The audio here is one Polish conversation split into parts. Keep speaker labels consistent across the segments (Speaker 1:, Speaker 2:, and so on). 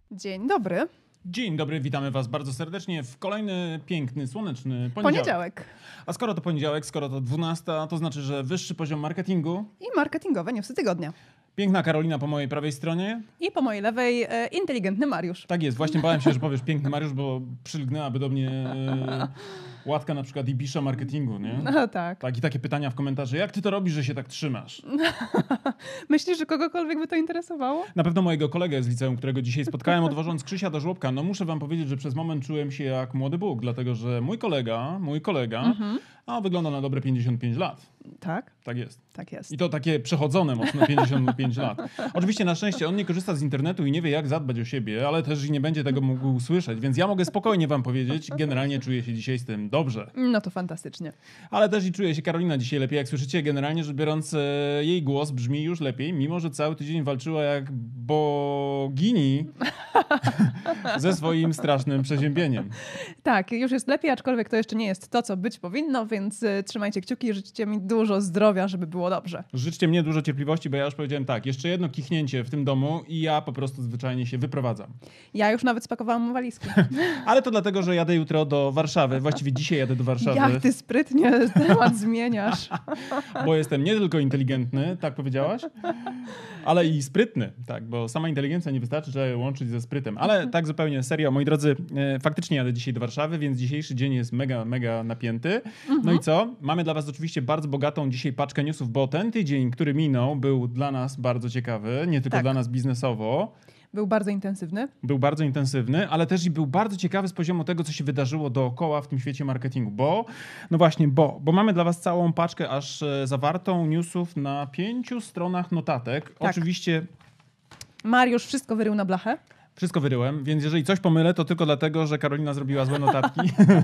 Speaker 1: Dzień dobry.
Speaker 2: Dzień dobry, witamy Was bardzo serdecznie w kolejny piękny, słoneczny
Speaker 1: Poniedziałek.
Speaker 2: A skoro to poniedziałek, skoro to 12, to znaczy, że wyższy poziom marketingu.
Speaker 1: I marketingowe newsy tygodnia.
Speaker 2: Piękna Karolina po mojej prawej stronie.
Speaker 1: I po mojej lewej inteligentny Mariusz.
Speaker 2: Tak jest, właśnie bałem się, że powiesz piękny Mariusz, bo przylgnęłaby do mnie łatka na przykład Ibisza marketingu, nie?
Speaker 1: No, tak.
Speaker 2: Tak, i takie pytania w komentarzu, jak ty to robisz, że się tak trzymasz?
Speaker 1: Myślisz, że kogokolwiek by to interesowało?
Speaker 2: Na pewno mojego kolegę z liceum, którego dzisiaj spotkałem, odwożąc Krzysia do żłobka. No muszę wam powiedzieć, że przez moment czułem się jak młody Bóg, dlatego że mój kolega, a wygląda na dobre 55 lat.
Speaker 1: Tak?
Speaker 2: Tak jest.
Speaker 1: Tak jest.
Speaker 2: I to takie przechodzone mocno 55 lat. Oczywiście na szczęście on nie korzysta z internetu i nie wie, jak zadbać o siebie, ale też i nie będzie tego mógł usłyszeć, więc ja mogę spokojnie wam powiedzieć, generalnie czuję się dzisiaj z tym dobrze.
Speaker 1: No to fantastycznie.
Speaker 2: Ale też i czuje się Karolina dzisiaj lepiej, jak słyszycie, generalnie rzecz biorąc jej głos brzmi już lepiej, mimo że cały tydzień walczyła jak bogini ze swoim strasznym przeziębieniem.
Speaker 1: Tak, już jest lepiej, aczkolwiek to jeszcze nie jest to, co być powinno, więc trzymajcie kciuki i życzcie mi dużo zdrowia, żeby było dobrze.
Speaker 2: Życzcie mnie dużo cierpliwości, bo ja już powiedziałem tak, jeszcze jedno kichnięcie w tym domu i ja po prostu zwyczajnie się wyprowadzam.
Speaker 1: Ja już nawet spakowałam walizki.
Speaker 2: Ale to dlatego, że jadę jutro do Warszawy, właściwie dzisiaj jadę do Warszawy.
Speaker 1: Jak ty sprytnie temat zmieniasz.
Speaker 2: Bo jestem nie tylko inteligentny, tak powiedziałaś, ale i sprytny, tak, bo sama inteligencja nie wystarczy, trzeba ją łączyć ze sprytem. Ale tak zupełnie serio, moi drodzy, faktycznie jadę dzisiaj do Warszawy, więc dzisiejszy dzień jest mega napięty. No i co? Mamy dla was oczywiście bardzo bogatą dzisiaj paczkę newsów, bo ten tydzień, który minął, był dla nas bardzo ciekawy, nie tylko dla nas biznesowo.
Speaker 1: Był bardzo intensywny.
Speaker 2: Był bardzo intensywny, ale też i był bardzo ciekawy z poziomu tego, co się wydarzyło dookoła w tym świecie marketingu. Bo mamy dla was całą paczkę aż zawartą newsów na 5 stronach notatek.
Speaker 1: Tak.
Speaker 2: Oczywiście
Speaker 1: Mariusz wszystko wyrył na blachę.
Speaker 2: wszystko wyryłem, więc jeżeli coś pomylę, to tylko dlatego, że Karolina zrobiła złe notatki.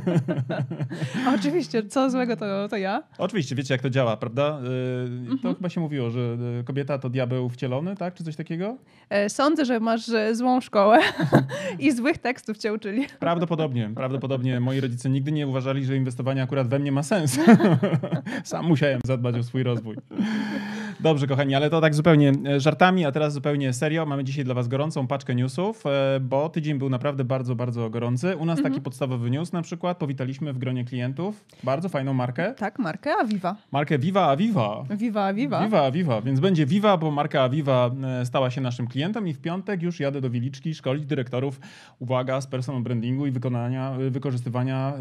Speaker 1: Oczywiście, co złego to ja.
Speaker 2: Oczywiście, wiecie jak to działa, prawda? To chyba się mówiło, że kobieta to diabeł wcielony, tak? Czy coś takiego?
Speaker 1: Sądzę, że masz złą szkołę i złych tekstów cię uczyli.
Speaker 2: Prawdopodobnie moi rodzice nigdy nie uważali, że inwestowanie akurat we mnie ma sens. Sam musiałem zadbać o swój rozwój. Dobrze, kochani, ale to tak zupełnie żartami, a teraz zupełnie serio. Mamy dzisiaj dla was gorącą paczkę newsów, bo tydzień był naprawdę bardzo gorący. U nas taki podstawowy news na przykład. Powitaliśmy w gronie klientów bardzo fajną markę.
Speaker 1: Tak, markę Aviva.
Speaker 2: Markę Viva Aviva.
Speaker 1: Viva Aviva.
Speaker 2: Viva Aviva, więc będzie Viva, bo marka Aviva stała się naszym klientem i w piątek już jadę do Wiliczki szkolić dyrektorów, uwaga, z personal brandingu i wykorzystywania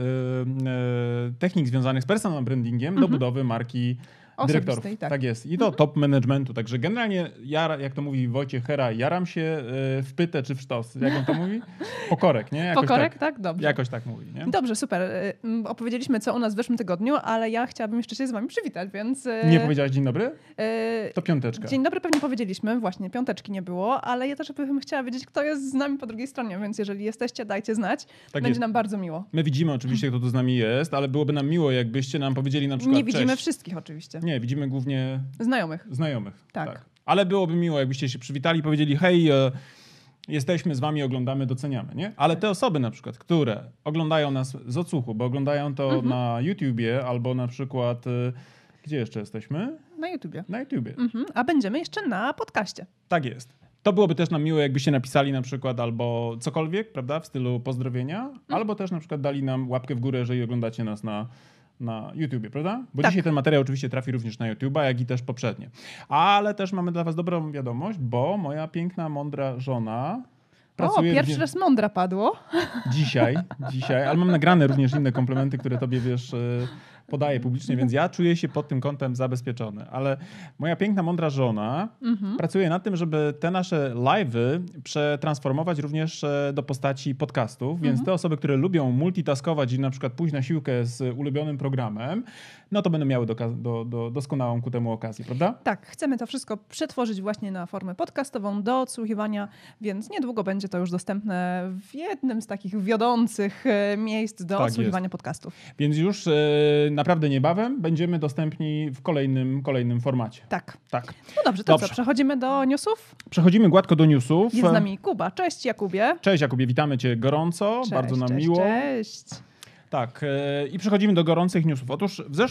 Speaker 2: technik związanych z personal brandingiem do budowy marki dyrektorów. Tak jest. I do top managementu. Także generalnie ja, jak to mówi Wojciech Hera, jaram się w pytę czy w sztos. Jak on to mówi? Pokorek, nie? Jakoś
Speaker 1: Pokorek, tak? Dobrze.
Speaker 2: Jakoś tak mówi, nie?
Speaker 1: Dobrze, super. Opowiedzieliśmy, co u nas w zeszłym tygodniu, ale ja chciałabym jeszcze się z wami przywitać, więc...
Speaker 2: Nie powiedziałaś dzień dobry? To piąteczka.
Speaker 1: Dzień dobry pewnie powiedzieliśmy, właśnie, piąteczki nie było, ale ja też bym chciała wiedzieć, kto jest z nami po drugiej stronie, więc jeżeli jesteście, dajcie znać.
Speaker 2: Tak
Speaker 1: będzie nam bardzo miło.
Speaker 2: My widzimy oczywiście, kto tu z nami jest, ale byłoby nam miło, jakbyście nam powiedzieli na przykład
Speaker 1: Nie widzimy
Speaker 2: cześć.
Speaker 1: wszystkich oczywiście.
Speaker 2: Nie, widzimy głównie znajomych.
Speaker 1: Tak.
Speaker 2: Ale byłoby miło, jakbyście się przywitali i powiedzieli, hej, jesteśmy z wami, oglądamy, doceniamy, nie? Ale te osoby na przykład, które oglądają nas z odsłuchu, bo oglądają to na YouTubie albo na przykład, gdzie jeszcze jesteśmy?
Speaker 1: Na YouTubie.
Speaker 2: Na YouTubie.
Speaker 1: A będziemy jeszcze na podcaście.
Speaker 2: Tak jest. To byłoby też nam miło, jakbyście napisali na przykład albo cokolwiek, prawda, w stylu pozdrowienia, albo też na przykład dali nam łapkę w górę, jeżeli oglądacie nas na YouTubie, prawda? Bo dzisiaj ten materiał oczywiście trafi również na YouTube'a, jak i też poprzednie. Ale też mamy dla was dobrą wiadomość, bo moja piękna, mądra żona pracuje...
Speaker 1: Pierwszy raz mądra padło.
Speaker 2: Dzisiaj, ale mam nagrane również inne komplementy, które tobie, wiesz, podaję publicznie, więc ja czuję się pod tym kątem zabezpieczony. Ale moja piękna, mądra żona pracuje nad tym, żeby te nasze live'y przetransformować również do postaci podcastów, więc te osoby, które lubią multitaskować i na przykład pójść na siłkę z ulubionym programem, no to będą miały doskonałą ku temu okazję, prawda?
Speaker 1: Tak, chcemy to wszystko przetworzyć właśnie na formę podcastową do odsłuchiwania, więc niedługo będzie to już dostępne w jednym z takich wiodących miejsc do odsłuchiwania podcastów.
Speaker 2: Więc już naprawdę niebawem będziemy dostępni w kolejnym formacie.
Speaker 1: Tak.
Speaker 2: No
Speaker 1: dobrze, to co? Przechodzimy do newsów?
Speaker 2: Przechodzimy gładko do newsów.
Speaker 1: Jest z nami Kuba. Cześć Jakubie.
Speaker 2: Cześć Jakubie, witamy cię gorąco, bardzo nam miło.
Speaker 1: Cześć.
Speaker 2: Tak, i przechodzimy do gorących newsów. Otóż w zeszłym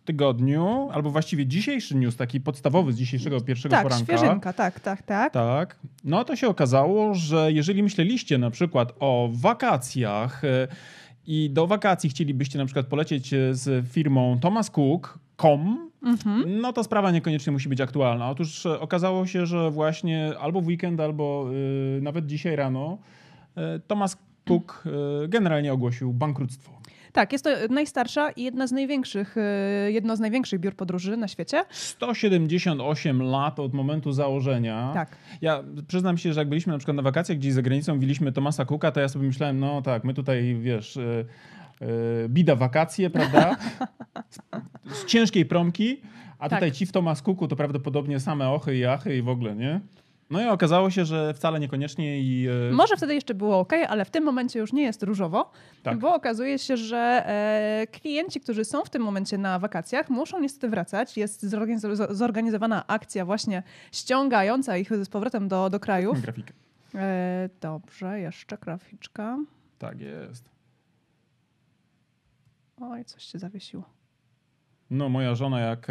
Speaker 2: tygodniu, albo właściwie dzisiejszy news, taki podstawowy z dzisiejszego pierwszego poranka.
Speaker 1: Tak, świeżynka, tak.
Speaker 2: Tak. No to się okazało, że jeżeli myśleliście na przykład o wakacjach i do wakacji chcielibyście na przykład polecieć z firmą thomascook.com, no to sprawa niekoniecznie musi być aktualna. Otóż okazało się, że właśnie albo w weekend, albo nawet dzisiaj rano Thomas Cook generalnie ogłosił bankructwo.
Speaker 1: Tak, jest to najstarsza i jedno z największych biur podróży na świecie.
Speaker 2: 178 lat od momentu założenia.
Speaker 1: Tak.
Speaker 2: Ja przyznam się, że jak byliśmy na przykład na wakacjach gdzieś za granicą, widzieliśmy Thomasa Cooka, to ja sobie myślałem, no tak, my tutaj, wiesz, bida wakacje, prawda? Z ciężkiej promki, a tutaj ci w Thomas Cooku to prawdopodobnie same ochy i achy i w ogóle, nie? No i okazało się, że wcale niekoniecznie i...
Speaker 1: Może wtedy jeszcze było ok, ale w tym momencie już nie jest różowo, bo okazuje się, że klienci, którzy są w tym momencie na wakacjach, muszą niestety wracać. Jest zorganizowana akcja właśnie ściągająca ich z powrotem do krajów.
Speaker 2: Grafikę.
Speaker 1: Dobrze, jeszcze graficzka.
Speaker 2: Tak jest.
Speaker 1: Oj, coś się zawiesiło.
Speaker 2: No, moja żona jak...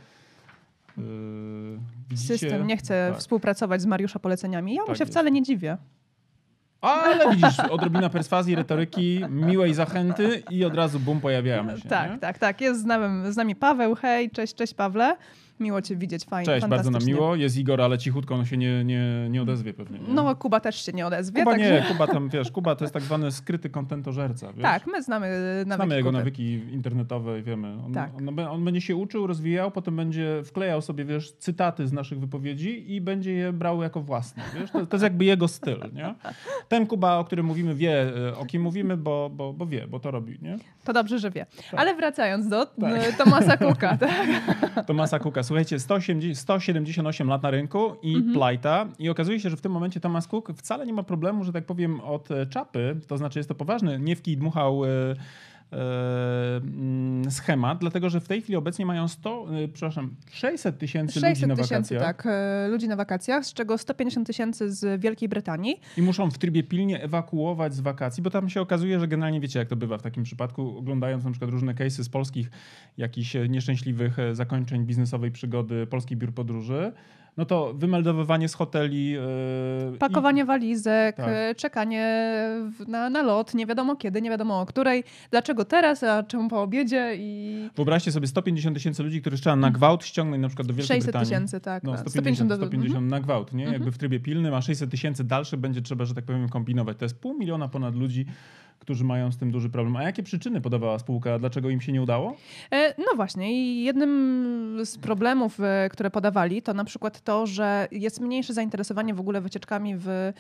Speaker 2: widzicie?
Speaker 1: System nie chce współpracować z Mariusza poleceniami. Ja mu się wcale nie dziwię.
Speaker 2: Ale widzisz, odrobina perswazji, retoryki, miłej zachęty i od razu bum, pojawiamy się.
Speaker 1: Tak. Jest z nami Paweł. Hej, cześć Pawle. Miło cię widzieć, fajnie.
Speaker 2: Cześć, bardzo nam miło. Jest Igor, ale cichutko on się nie odezwie pewnie. Nie?
Speaker 1: No, Kuba też się nie odezwie.
Speaker 2: Kuba nie, Kuba tam, wiesz, Kuba to jest tak zwany skryty kontentożerca. Wiesz?
Speaker 1: Tak, my znamy
Speaker 2: jego nawyki internetowe i wiemy. On będzie się uczył, rozwijał, potem będzie wklejał sobie, wiesz, cytaty z naszych wypowiedzi i będzie je brał jako własne. Wiesz? To jest jakby jego styl, nie? Ten Kuba, o którym mówimy, wie, o kim mówimy, bo wie, bo to robi, nie?
Speaker 1: To dobrze, że wie. Tak. Ale wracając do Thomasa Cooka.
Speaker 2: Thomasa Cooka. Słuchajcie, 178 lat na rynku i plajta. I okazuje się, że w tym momencie Thomas Cook wcale nie ma problemu, że tak powiem, od czapy. To znaczy jest to poważny. Nie w kij dmuchał schemat, dlatego że w tej chwili obecnie mają 600 tysięcy ludzi na wakacjach.
Speaker 1: Tak, ludzi na wakacjach, z czego 150 tysięcy z Wielkiej Brytanii.
Speaker 2: I muszą w trybie pilnie ewakuować z wakacji, bo tam się okazuje, że generalnie wiecie, jak to bywa w takim przypadku, oglądając na przykład różne case'y z polskich jakichś nieszczęśliwych zakończeń biznesowej przygody polskich biur podróży, no to wymeldowywanie z hoteli.
Speaker 1: Pakowanie walizek, czekanie na lot, nie wiadomo kiedy, nie wiadomo o której, dlaczego teraz, a czemu po obiedzie.
Speaker 2: Wyobraźcie sobie 150 tysięcy ludzi, których trzeba na gwałt ściągnąć na przykład do Wielkiej Brytanii.
Speaker 1: 600 tysięcy, tak.
Speaker 2: No, 150 na gwałt, nie? Jakby w trybie pilnym, a 600 tysięcy dalsze będzie trzeba, że tak powiem, kombinować. To jest 500 000 ponad ludzi, którzy mają z tym duży problem. A jakie przyczyny podawała spółka? Dlaczego im się nie udało?
Speaker 1: No właśnie i jednym z problemów, które podawali, to na przykład to, że jest mniejsze zainteresowanie w ogóle wycieczkami w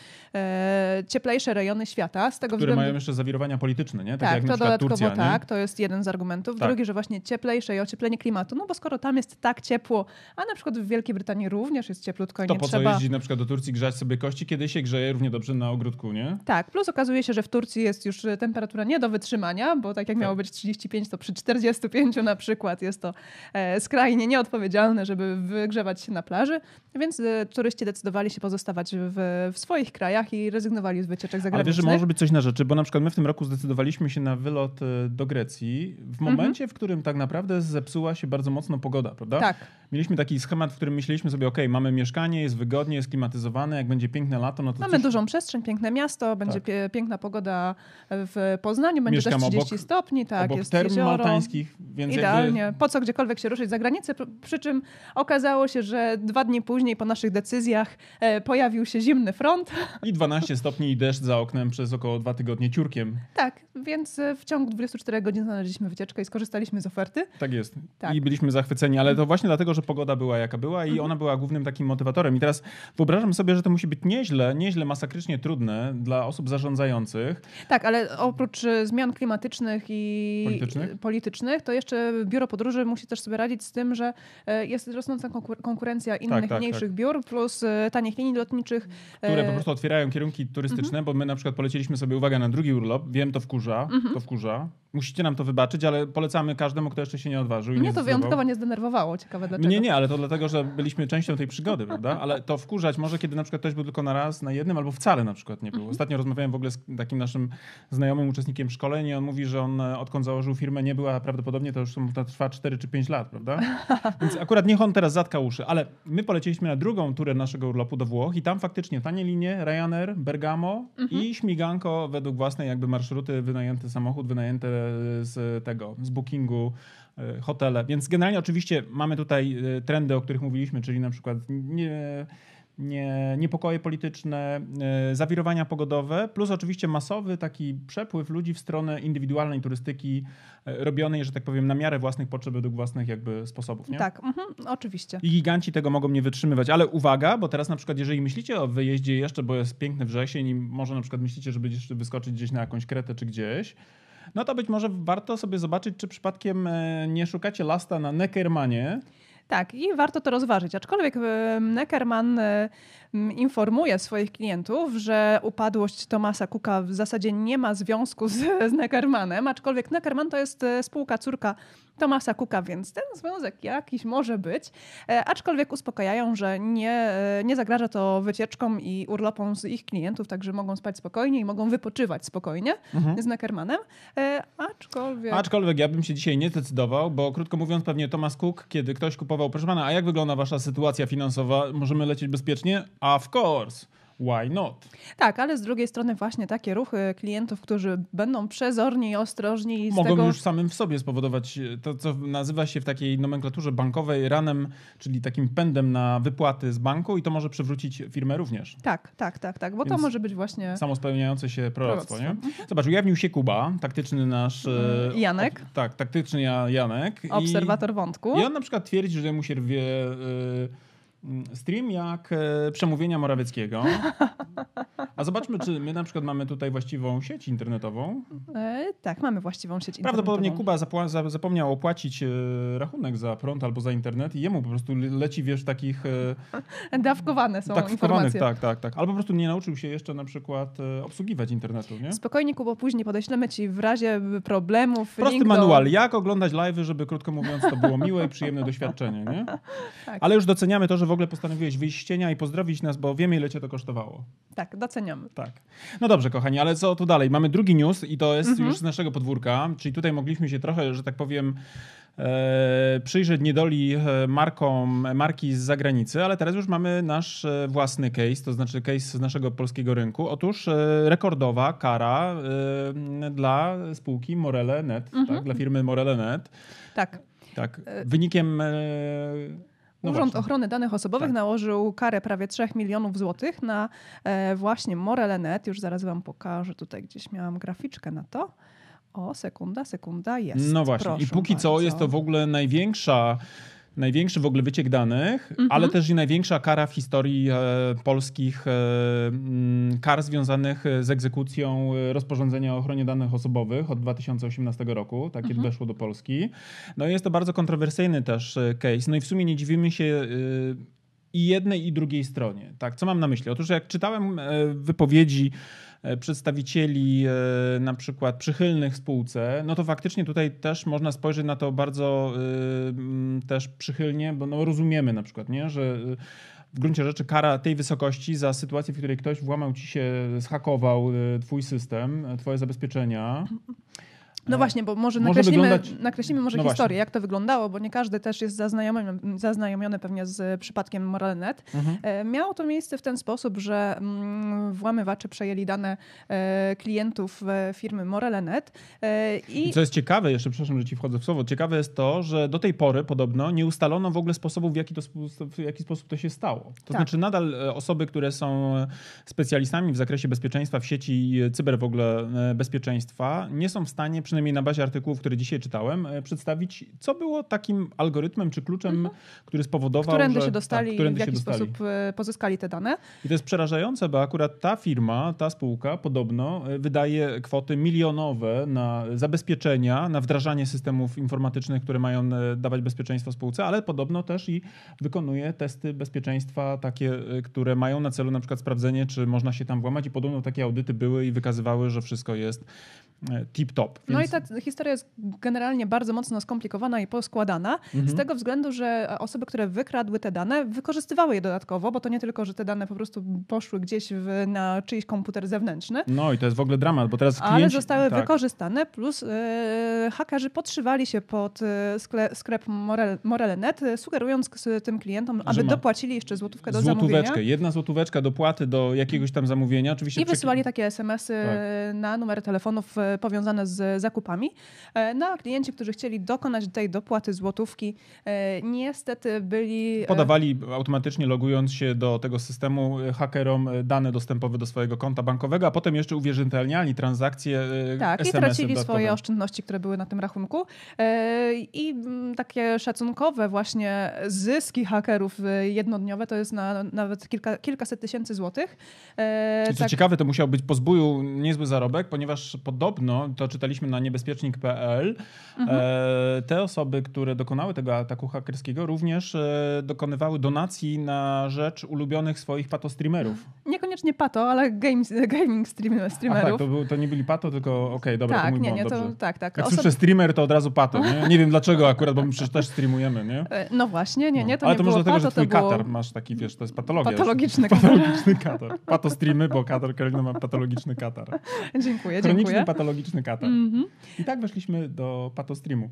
Speaker 1: cieplejsze rejony świata. Z tego
Speaker 2: które mają jeszcze zawirowania polityczne, nie?
Speaker 1: Tak,
Speaker 2: jak
Speaker 1: to
Speaker 2: na przykład
Speaker 1: dodatkowo
Speaker 2: Turcja,
Speaker 1: tak, to jest jeden z argumentów.
Speaker 2: Tak.
Speaker 1: Drugi, że właśnie cieplejsze i ocieplenie klimatu, no bo skoro tam jest tak ciepło, a na przykład w Wielkiej Brytanii również jest cieplutko i
Speaker 2: to
Speaker 1: nie
Speaker 2: po
Speaker 1: trzeba...
Speaker 2: co jeździć na przykład do Turcji, grzać sobie kości, kiedy się grzeje równie dobrze na ogródku, nie?
Speaker 1: Tak, plus okazuje się, że w Turcji jest już temperatura nie do wytrzymania, bo tak jak miało być 35, to przy 45 na przykład jest to skrajnie nieodpowiedzialne, żeby wygrzewać się na plaży, więc turyści decydowali się pozostawać w swoich krajach i rezygnowali z wycieczek zagranicznych.
Speaker 2: Ale wiesz, że może być coś na rzeczy, bo na przykład my w tym roku zdecydowaliśmy się na wylot do Grecji w momencie, w którym tak naprawdę zepsuła się bardzo mocno pogoda, prawda?
Speaker 1: Tak.
Speaker 2: Mieliśmy taki schemat, w którym myśleliśmy sobie, okej, mamy mieszkanie, jest wygodnie, jest klimatyzowane, jak będzie piękne lato, no to
Speaker 1: mamy dużą przestrzeń, piękne miasto, będzie piękna pogoda w Poznaniu, będzie też 30 stopni, tak,
Speaker 2: obok
Speaker 1: jest
Speaker 2: term
Speaker 1: jezioro.
Speaker 2: maltańskich, więc
Speaker 1: idealnie. Po co gdziekolwiek się ruszyć za granicę, przy czym okazało się, że 2 dni później po naszych decyzjach pojawił się zimny front.
Speaker 2: I 12 stopni i deszcz za oknem przez około 2 tygodnie ciurkiem.
Speaker 1: Tak, więc w ciągu 24 godzin znaleźliśmy wycieczkę i skorzystaliśmy z oferty.
Speaker 2: Tak jest.
Speaker 1: Tak.
Speaker 2: I byliśmy zachwyceni, ale to właśnie dlatego, że pogoda była jaka była i ona była głównym takim motywatorem. I teraz wyobrażam sobie, że to musi być nieźle masakrycznie trudne dla osób zarządzających.
Speaker 1: Tak, ale oprócz zmian klimatycznych i politycznych, to jeszcze biuro podróży musi też sobie radzić z tym, że jest rosnąca konkurencja innych mniejszych biur, plus tanich linii lotniczych.
Speaker 2: Które po prostu otwierają kierunki turystyczne, bo my na przykład poleciliśmy sobie, uwaga, na drugi urlop. Wiem, to wkurza. Musicie nam to wybaczyć, ale polecamy każdemu, kto jeszcze się nie odważył.
Speaker 1: Mnie to wyjątkowo nie zdenerwowało. Ciekawe dlaczego.
Speaker 2: Mnie nie, ale to dlatego, że byliśmy częścią tej przygody, prawda? Ale to wkurzać może, kiedy na przykład ktoś był tylko na raz, na jednym, albo wcale na przykład nie był. Ostatnio rozmawiałem w ogóle z takim naszym znajomym uczestnikiem szkoleń i on mówi, że on odkąd założył firmę nie była prawdopodobnie, to już to trwa 4 czy 5 lat, prawda? Więc akurat niech on teraz zatka uszy. Ale my polecieliśmy na drugą turę naszego urlopu do Włoch i tam faktycznie tanie linie, Ryanair, Bergamo i śmiganko według własnej jakby marszruty, wynajęty samochód, wynajęte z bookingu, hotele. Więc generalnie oczywiście mamy tutaj trendy, o których mówiliśmy, czyli na przykład niepokoje polityczne, zawirowania pogodowe, plus oczywiście masowy taki przepływ ludzi w stronę indywidualnej turystyki robionej, że tak powiem, na miarę własnych potrzeb, według własnych jakby sposobów. Nie?
Speaker 1: Tak, oczywiście.
Speaker 2: I giganci tego mogą nie wytrzymywać. Ale uwaga, bo teraz na przykład jeżeli myślicie o wyjeździe jeszcze, bo jest piękny wrzesień i może na przykład myślicie, żeby jeszcze wyskoczyć gdzieś na jakąś Kretę czy gdzieś, no to być może warto sobie zobaczyć, czy przypadkiem nie szukacie lasta na Neckermanie.
Speaker 1: Tak, i warto to rozważyć. Aczkolwiek Neckermann informuje swoich klientów, że upadłość Thomasa Cooka w zasadzie nie ma związku z Neckermannem, aczkolwiek Neckermann to jest spółka córka Thomasa Cooka, więc ten związek jakiś może być. Aczkolwiek uspokajają, że nie zagraża to wycieczkom i urlopom z ich klientów, także mogą spać spokojnie i mogą wypoczywać spokojnie z Neckermannem.
Speaker 2: Aczkolwiek ja bym się dzisiaj nie zdecydował, bo krótko mówiąc pewnie Thomas Cook, kiedy ktoś kupował, proszę pana, a jak wygląda wasza sytuacja finansowa? Możemy lecieć bezpiecznie? Of course. Why not?
Speaker 1: Tak, ale z drugiej strony właśnie takie ruchy klientów, którzy będą przezorni i ostrożni.
Speaker 2: Mogą już samym w sobie spowodować to, co nazywa się w takiej nomenklaturze bankowej ranem, czyli takim pędem na wypłaty z banku i to może przywrócić firmę również.
Speaker 1: Tak, bo to może być właśnie
Speaker 2: samospełniające się proroctwo. Nie? Zobacz, ujawnił się Kuba, taktyczny nasz...
Speaker 1: Janek.
Speaker 2: Taktyczny Janek.
Speaker 1: Obserwator wątku.
Speaker 2: I on na przykład twierdzi, że mu się rwie... stream jak przemówienia Morawieckiego. A zobaczmy, czy my na przykład mamy tutaj właściwą sieć internetową.
Speaker 1: Tak, mamy właściwą sieć internetową.
Speaker 2: Prawdopodobnie Kuba zapomniał opłacić rachunek za prąd albo za internet i jemu po prostu leci, wiesz, takich...
Speaker 1: Dawkowane są informacje.
Speaker 2: Tak. Albo po prostu nie nauczył się jeszcze na przykład obsługiwać internetu, nie?
Speaker 1: Spokojnie, Kubo, później podeślemy ci w razie problemów
Speaker 2: prosty manual. Jak oglądać live'y, żeby krótko mówiąc to było miłe i przyjemne doświadczenie, nie? Tak. Ale już doceniamy to, że w ogóle postanowiłeś wyjść z cienia i pozdrowić nas, bo wiemy, ile cię to kosztowało.
Speaker 1: Tak, doceniamy.
Speaker 2: Tak. No dobrze, kochani, ale co tu dalej? Mamy drugi news i to jest już z naszego podwórka, czyli tutaj mogliśmy się trochę, że tak powiem, przyjrzeć niedoli marki z zagranicy, ale teraz już mamy nasz własny case, to znaczy case z naszego polskiego rynku. Otóż rekordowa kara dla spółki Morele.net, tak? Dla firmy Morele.net. Tak. Wynikiem...
Speaker 1: Urząd Ochrony Danych Osobowych nałożył karę prawie 3 milionów złotych na właśnie Morele.net. Już zaraz wam pokażę. Tutaj gdzieś miałam graficzkę na to. O, sekunda, jest.
Speaker 2: No właśnie.
Speaker 1: Proszę
Speaker 2: i póki
Speaker 1: bardzo.
Speaker 2: co jest to w ogóle największy w ogóle wyciek danych, ale też i największa kara w historii polskich kar związanych z egzekucją rozporządzenia o ochronie danych osobowych od 2018 roku. Takie weszło do Polski. No i jest to bardzo kontrowersyjny też case. No i w sumie nie dziwimy się i jednej i drugiej stronie. Tak, co mam na myśli? Otóż jak czytałem wypowiedzi przedstawicieli na przykład przychylnych spółce, no to faktycznie tutaj też można spojrzeć na to bardzo też przychylnie, bo no rozumiemy na przykład, nie, że w gruncie rzeczy kara tej wysokości za sytuację, w której ktoś włamał ci się, zhakował twój system, twoje zabezpieczenia.
Speaker 1: No właśnie, bo może nakreślimy historię, właśnie. Jak to wyglądało, bo nie każdy też jest zaznajomiony pewnie z przypadkiem Morele.net. Miało to miejsce w ten sposób, że włamywacze przejęli dane klientów firmy Morele.net.
Speaker 2: I co jest ciekawe, jeszcze przepraszam, że ci wchodzę w słowo, ciekawe jest to, że do tej pory podobno nie ustalono w ogóle sposobów, w jaki sposób to się stało. To znaczy nadal osoby, które są specjalistami w zakresie bezpieczeństwa w sieci i cyber w ogóle bezpieczeństwa, nie są w stanie przynajmniej na bazie artykułów, które dzisiaj czytałem, przedstawić, co było takim algorytmem czy kluczem, który spowodował,
Speaker 1: którędy się dostali i w jaki sposób pozyskali te dane.
Speaker 2: I to jest przerażające, bo akurat ta firma, ta spółka podobno wydaje kwoty milionowe na zabezpieczenia, na wdrażanie systemów informatycznych, które mają dawać bezpieczeństwo spółce, ale podobno też i wykonuje testy bezpieczeństwa takie, które mają na celu na przykład sprawdzenie, czy można się tam włamać i podobno takie audyty były i wykazywały, że wszystko jest tip-top.
Speaker 1: Więc No i ta historia jest generalnie bardzo mocno skomplikowana i poskładana z tego względu, że osoby, które wykradły te dane, wykorzystywały je dodatkowo, bo to nie tylko, że te dane po prostu poszły gdzieś na czyjś komputer zewnętrzny.
Speaker 2: No i to jest w ogóle dramat, bo teraz klienci...
Speaker 1: Ale zostały wykorzystane, plus hakerzy podszyli się pod sklep Morele.net, sugerując tym klientom, aby dopłacili jeszcze złotówkę do zamówienia.
Speaker 2: Jedna złotóweczka dopłaty do jakiegoś tam zamówienia. Oczywiście
Speaker 1: i wysyłali takie SMS-y na numery telefonów powiązane z zakupami. No a klienci, którzy chcieli dokonać tej dopłaty złotówki, niestety byli...
Speaker 2: Podawali automatycznie, logując się do tego systemu, hakerom dane dostępowe do swojego konta bankowego, a potem jeszcze uwierzytelniali transakcje
Speaker 1: tak,
Speaker 2: SMS-em
Speaker 1: i tracili
Speaker 2: dodatkowe.
Speaker 1: swoje oszczędności, które były na tym rachunku. I takie szacunkowe właśnie zyski hakerów jednodniowe to jest nawet kilkaset tysięcy złotych.
Speaker 2: I co ciekawe, to musiał być po zbóju niezły zarobek, ponieważ podobno, to czytaliśmy na niebezpiecznik.pl, te osoby, które dokonały tego ataku hakerskiego, również dokonywały donacji na rzecz ulubionych swoich patostreamerów.
Speaker 1: Niekoniecznie pato, ale gaming streamerów.
Speaker 2: Tak, to nie byli pato, tylko dobra,
Speaker 1: tak,
Speaker 2: to mój błąd,
Speaker 1: dobrze. Tak.
Speaker 2: Jak słyszę streamer, to od razu pato. Nie wiem dlaczego akurat, bo my przecież też streamujemy, nie?
Speaker 1: No właśnie, nie, to
Speaker 2: ale
Speaker 1: nie
Speaker 2: to
Speaker 1: było
Speaker 2: może dlatego,
Speaker 1: pato,
Speaker 2: że twój
Speaker 1: to było...
Speaker 2: katar masz taki, wiesz, to jest patologia.
Speaker 1: Patologiczny
Speaker 2: katar. Pato streamy, bo Karolina ma patologiczny katar.
Speaker 1: Dziękuję.
Speaker 2: Chroniczny, patologiczny katar. I tak weszliśmy do patostreamu.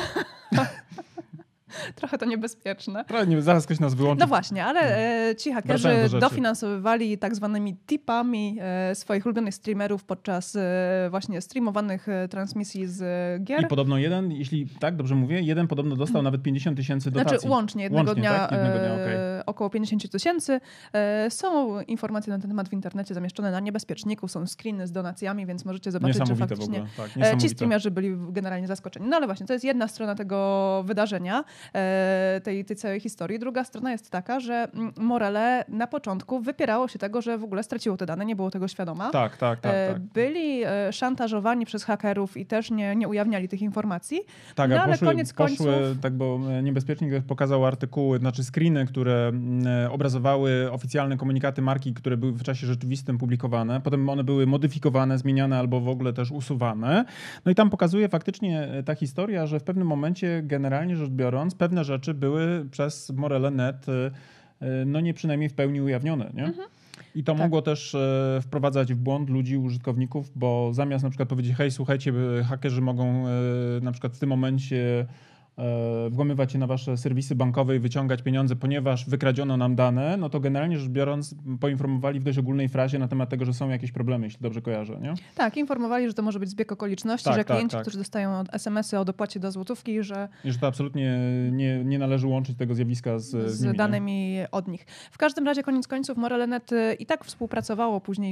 Speaker 1: Trochę to niebezpieczne.
Speaker 2: Zaraz ktoś nas wyłączy.
Speaker 1: No właśnie, ale ci hakerzy dofinansowywali tak zwanymi tipami swoich ulubionych streamerów podczas właśnie streamowanych transmisji z gier.
Speaker 2: I podobno jeśli tak dobrze mówię, jeden podobno dostał nawet 50 tysięcy dotacji.
Speaker 1: Znaczy łącznie jednego dnia,
Speaker 2: tak? Okay.
Speaker 1: Około 50 tysięcy. Są informacje na ten temat w internecie zamieszczone na niebezpieczniku, są screeny z donacjami, więc możecie zobaczyć, że faktycznie ci streamerzy byli generalnie zaskoczeni. No ale właśnie, to jest jedna strona tego wydarzenia. Tej całej historii. Druga strona jest taka, że Morele na początku wypierało się tego, że w ogóle straciło te dane, nie było tego świadoma.
Speaker 2: Tak.
Speaker 1: Byli szantażowani przez hakerów i też nie ujawniali tych informacji.
Speaker 2: Tak,
Speaker 1: ale koniec końców...
Speaker 2: Tak, bo niebezpiecznik pokazał artykuły, znaczy screeny, które obrazowały oficjalne komunikaty marki, które były w czasie rzeczywistym publikowane. Potem one były modyfikowane, zmieniane albo w ogóle też usuwane. No i tam pokazuje faktycznie ta historia, że w pewnym momencie generalnie rzecz biorąc pewne rzeczy były przez Morele.net nie przynajmniej w pełni ujawnione, nie? I to mogło też wprowadzać w błąd ludzi, użytkowników, bo zamiast na przykład powiedzieć, hej, słuchajcie, hakerzy mogą na przykład w tym momencie włamywać się na wasze serwisy bankowe i wyciągać pieniądze, ponieważ wykradziono nam dane, no to generalnie rzecz biorąc poinformowali w dość ogólnej frazie na temat tego, że są jakieś problemy, jeśli dobrze kojarzę, nie?
Speaker 1: Tak, informowali, że to może być zbieg okoliczności, że klienci, którzy dostają SMS-y o dopłacie do złotówki, że
Speaker 2: to absolutnie nie należy łączyć tego zjawiska z nimi,
Speaker 1: danymi od nich. W każdym razie koniec końców Morele.net i tak współpracowało później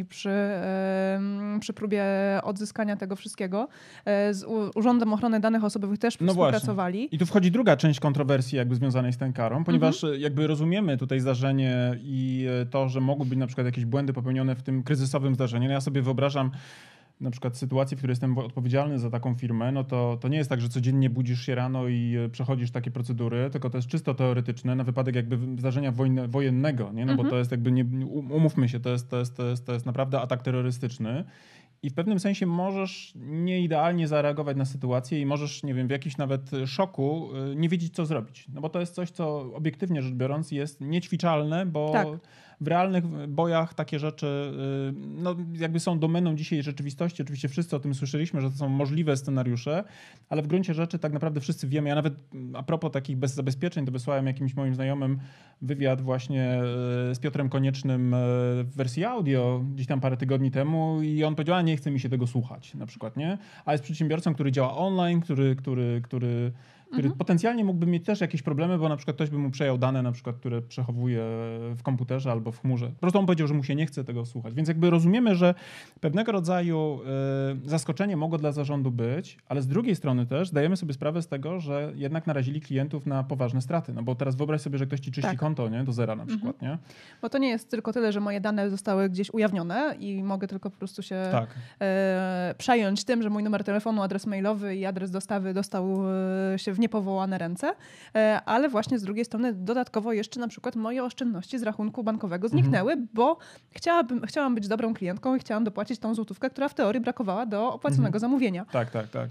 Speaker 1: przy próbie odzyskania tego wszystkiego. Z Urzędem Ochrony Danych Osobowych też współpracowali.
Speaker 2: Właśnie. I tu wchodzi druga część kontrowersji jakby związanej z tą karą, ponieważ jakby rozumiemy tutaj zdarzenie i to, że mogły być na przykład jakieś błędy popełnione w tym kryzysowym zdarzeniu. No ja sobie wyobrażam na przykład sytuację, w której jestem odpowiedzialny za taką firmę, no to nie jest tak, że codziennie budzisz się rano i przechodzisz takie procedury, tylko to jest czysto teoretyczne na wypadek jakby zdarzenia wojennego, nie? No bo to jest jakby, umówmy się, to jest naprawdę atak terrorystyczny. I w pewnym sensie możesz nieidealnie zareagować na sytuację i możesz, nie wiem, w jakimś nawet szoku nie wiedzieć, co zrobić. No bo to jest coś, co obiektywnie rzecz biorąc jest niećwiczalne, bo w realnych bojach takie rzeczy jakby są domeną dzisiaj rzeczywistości. Oczywiście wszyscy o tym słyszeliśmy, że to są możliwe scenariusze, ale w gruncie rzeczy tak naprawdę wszyscy wiemy. Ja nawet a propos takich bez zabezpieczeń, to wysłałem jakimś moim znajomym wywiad właśnie z Piotrem Koniecznym w wersji audio gdzieś tam parę tygodni temu i on powiedział, nie chce mi się tego słuchać na przykład, nie? A jest przedsiębiorcą, który działa online, który potencjalnie mógłby mieć też jakieś problemy, bo na przykład ktoś by mu przejął dane, na przykład, które przechowuje w komputerze albo w chmurze. Po prostu on powiedział, że mu się nie chce tego słuchać. Więc jakby rozumiemy, że pewnego rodzaju zaskoczenie mogło dla zarządu być, ale z drugiej strony też zdajemy sobie sprawę z tego, że jednak narazili klientów na poważne straty. No bo teraz wyobraź sobie, że ktoś ci czyści konto, nie? Do zera na przykład, nie?
Speaker 1: Bo to nie jest tylko tyle, że moje dane zostały gdzieś ujawnione i mogę tylko po prostu się przejąć tym, że mój numer telefonu, adres mailowy i adres dostawy dostał się w niepowołane ręce, ale właśnie z drugiej strony dodatkowo jeszcze na przykład moje oszczędności z rachunku bankowego zniknęły, bo chciałam być dobrą klientką i chciałam dopłacić tą złotówkę, która w teorii brakowała do opłaconego zamówienia.
Speaker 2: Tak.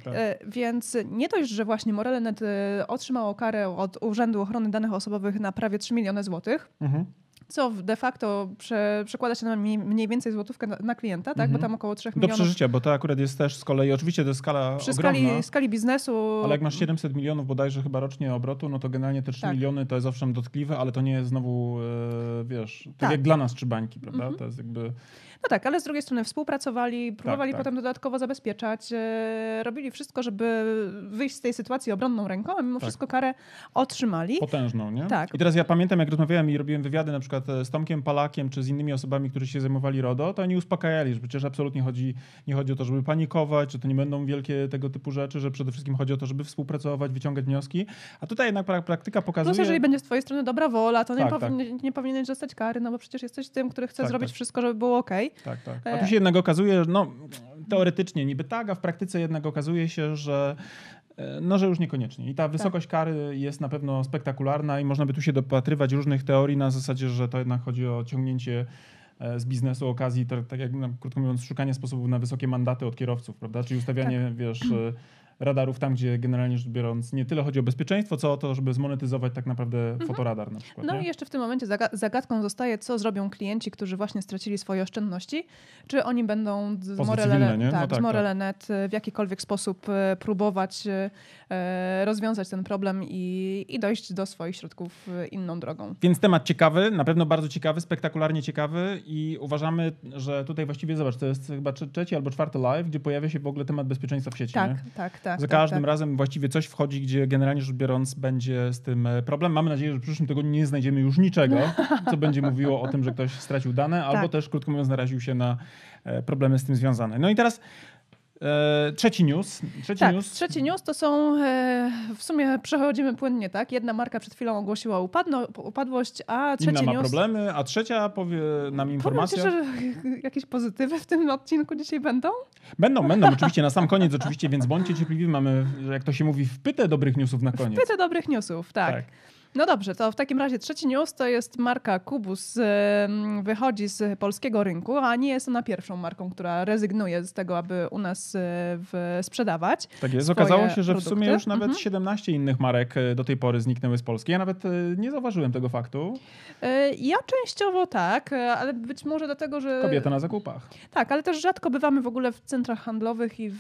Speaker 1: Więc nie dość, że właśnie Morellanet otrzymało karę od Urzędu Ochrony Danych Osobowych na prawie 3 miliony złotych, co de facto przekłada się na mniej więcej złotówkę na klienta, tak? Bo tam około 3 milionów.
Speaker 2: Do przeżycia, bo to akurat jest też z kolei, oczywiście to jest skala ogromna.
Speaker 1: Skali biznesu.
Speaker 2: Ale jak masz 700 milionów bodajże chyba rocznie obrotu, no to generalnie te 3 miliony to jest owszem dotkliwe, ale to nie jest znowu, wiesz, tak jak dla nas 3 bańki, prawda? To jest jakby...
Speaker 1: No tak, ale z drugiej strony współpracowali, próbowali potem dodatkowo zabezpieczać, robili wszystko, żeby wyjść z tej sytuacji obronną ręką, a mimo wszystko karę otrzymali.
Speaker 2: Potężną, nie?
Speaker 1: Tak.
Speaker 2: I teraz ja pamiętam, jak rozmawiałem i robiłem wywiady na przykład z Tomkiem Palakiem, czy z innymi osobami, którzy się zajmowali RODO, to oni uspokajali, że przecież absolutnie nie chodzi o to, żeby panikować, że to nie będą wielkie tego typu rzeczy, że przede wszystkim chodzi o to, żeby współpracować, wyciągać wnioski. A tutaj jednak praktyka pokazuje...
Speaker 1: Plus, jeżeli będzie z twojej strony dobra wola, to nie powinieneś dostać kary, no bo przecież jesteś tym, który chce zrobić wszystko, żeby było okej.
Speaker 2: Tak. A tu się jednak okazuje, że no teoretycznie niby tak, a w praktyce jednak okazuje się, że już niekoniecznie. I ta wysokość kary jest na pewno spektakularna i można by tu się dopatrywać różnych teorii na zasadzie, że to jednak chodzi o ciągnięcie z biznesu okazji, tak jak krótko mówiąc, szukanie sposobów na wysokie mandaty od kierowców, prawda? Czyli ustawianie, radarów tam, gdzie generalnie rzecz biorąc nie tyle chodzi o bezpieczeństwo, co o to, żeby zmonetyzować tak naprawdę fotoradar na przykład.
Speaker 1: No i jeszcze w tym momencie zagadką zostaje, co zrobią klienci, którzy właśnie stracili swoje oszczędności. Czy oni będą z Morellanet w jakikolwiek sposób próbować rozwiązać ten problem i dojść do swoich środków inną drogą.
Speaker 2: Więc temat ciekawy, na pewno bardzo ciekawy, spektakularnie ciekawy i uważamy, że tutaj właściwie zobacz, to jest chyba 3. albo 4. live, gdzie pojawia się w ogóle temat bezpieczeństwa w sieci.
Speaker 1: Tak.
Speaker 2: Za każdym razem właściwie coś wchodzi, gdzie generalnie rzecz biorąc będzie z tym problem. Mamy nadzieję, że w przyszłym tygodniu nie znajdziemy już niczego, co będzie mówiło o tym, że ktoś stracił dane, albo też, krótko mówiąc, naraził się na problemy z tym związane. No i teraz trzeci news.
Speaker 1: Trzeci news to są, w sumie przechodzimy płynnie, tak? Jedna marka przed chwilą ogłosiła upadłość, a trzeci
Speaker 2: Inna ma
Speaker 1: news...
Speaker 2: problemy, a trzecia powie nam informację.
Speaker 1: Powiem ci, że jakieś pozytywy w tym odcinku dzisiaj będą?
Speaker 2: Będą oczywiście na sam koniec oczywiście, więc bądźcie cierpliwi. Mamy, jak to się mówi, wpytę dobrych newsów na koniec.
Speaker 1: Wpytę dobrych newsów, tak. No dobrze, to w takim razie trzeci news to jest marka Kubus, wychodzi z polskiego rynku, a nie jest ona pierwszą marką, która rezygnuje z tego, aby u nas sprzedawać.
Speaker 2: Tak jest, okazało się, że w sumie już nawet 17 innych marek do tej pory zniknęły z Polski. Ja nawet nie zauważyłem tego faktu.
Speaker 1: Ja częściowo tak, ale być może dlatego, że...
Speaker 2: Kobieta na zakupach.
Speaker 1: Tak, ale też rzadko bywamy w ogóle w centrach handlowych i w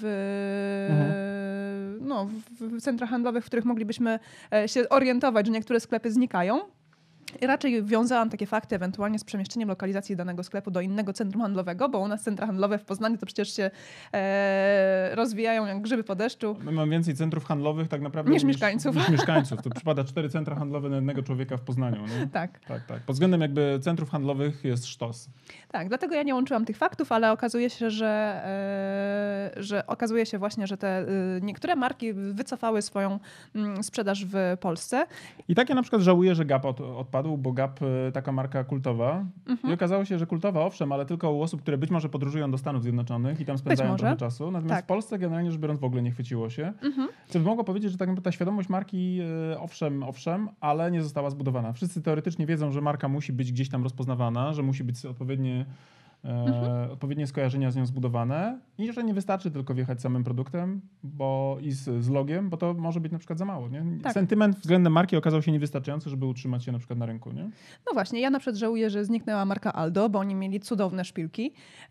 Speaker 1: centrach handlowych, w których moglibyśmy się orientować, że niektóre sklepy znikają. I raczej wiązałam takie fakty ewentualnie z przemieszczeniem lokalizacji danego sklepu do innego centrum handlowego, bo u nas centra handlowe w Poznaniu to przecież się rozwijają jak grzyby po deszczu.
Speaker 2: My mamy więcej centrów handlowych tak naprawdę
Speaker 1: niż mieszkańców.
Speaker 2: To przypada 4 centra handlowe na jednego człowieka w Poznaniu. Nie?
Speaker 1: Tak.
Speaker 2: Pod względem jakby centrów handlowych jest sztos.
Speaker 1: Tak, dlatego ja nie łączyłam tych faktów, ale okazuje się, że okazuje się właśnie, że te niektóre marki wycofały swoją sprzedaż w Polsce.
Speaker 2: I tak ja na przykład żałuję, że Gap odpadł, bo Gap, taka marka kultowa. I okazało się, że kultowa owszem, ale tylko u osób, które być może podróżują do Stanów Zjednoczonych i tam spędzają trochę czasu. Natomiast w Polsce generalnie rzecz biorąc w ogóle nie chwyciło się. Co by mogło powiedzieć, że tak naprawdę ta świadomość marki owszem, ale nie została zbudowana. Wszyscy teoretycznie wiedzą, że marka musi być gdzieś tam rozpoznawana, że musi być odpowiednie skojarzenia z nią zbudowane i że nie wystarczy tylko wjechać samym produktem i z logiem, bo to może być na przykład za mało. Nie? Tak. Sentyment względem marki okazał się niewystarczający, żeby utrzymać się na przykład na rynku. Nie?
Speaker 1: No właśnie, ja na przykład żałuję, że zniknęła marka Aldo, bo oni mieli cudowne szpilki.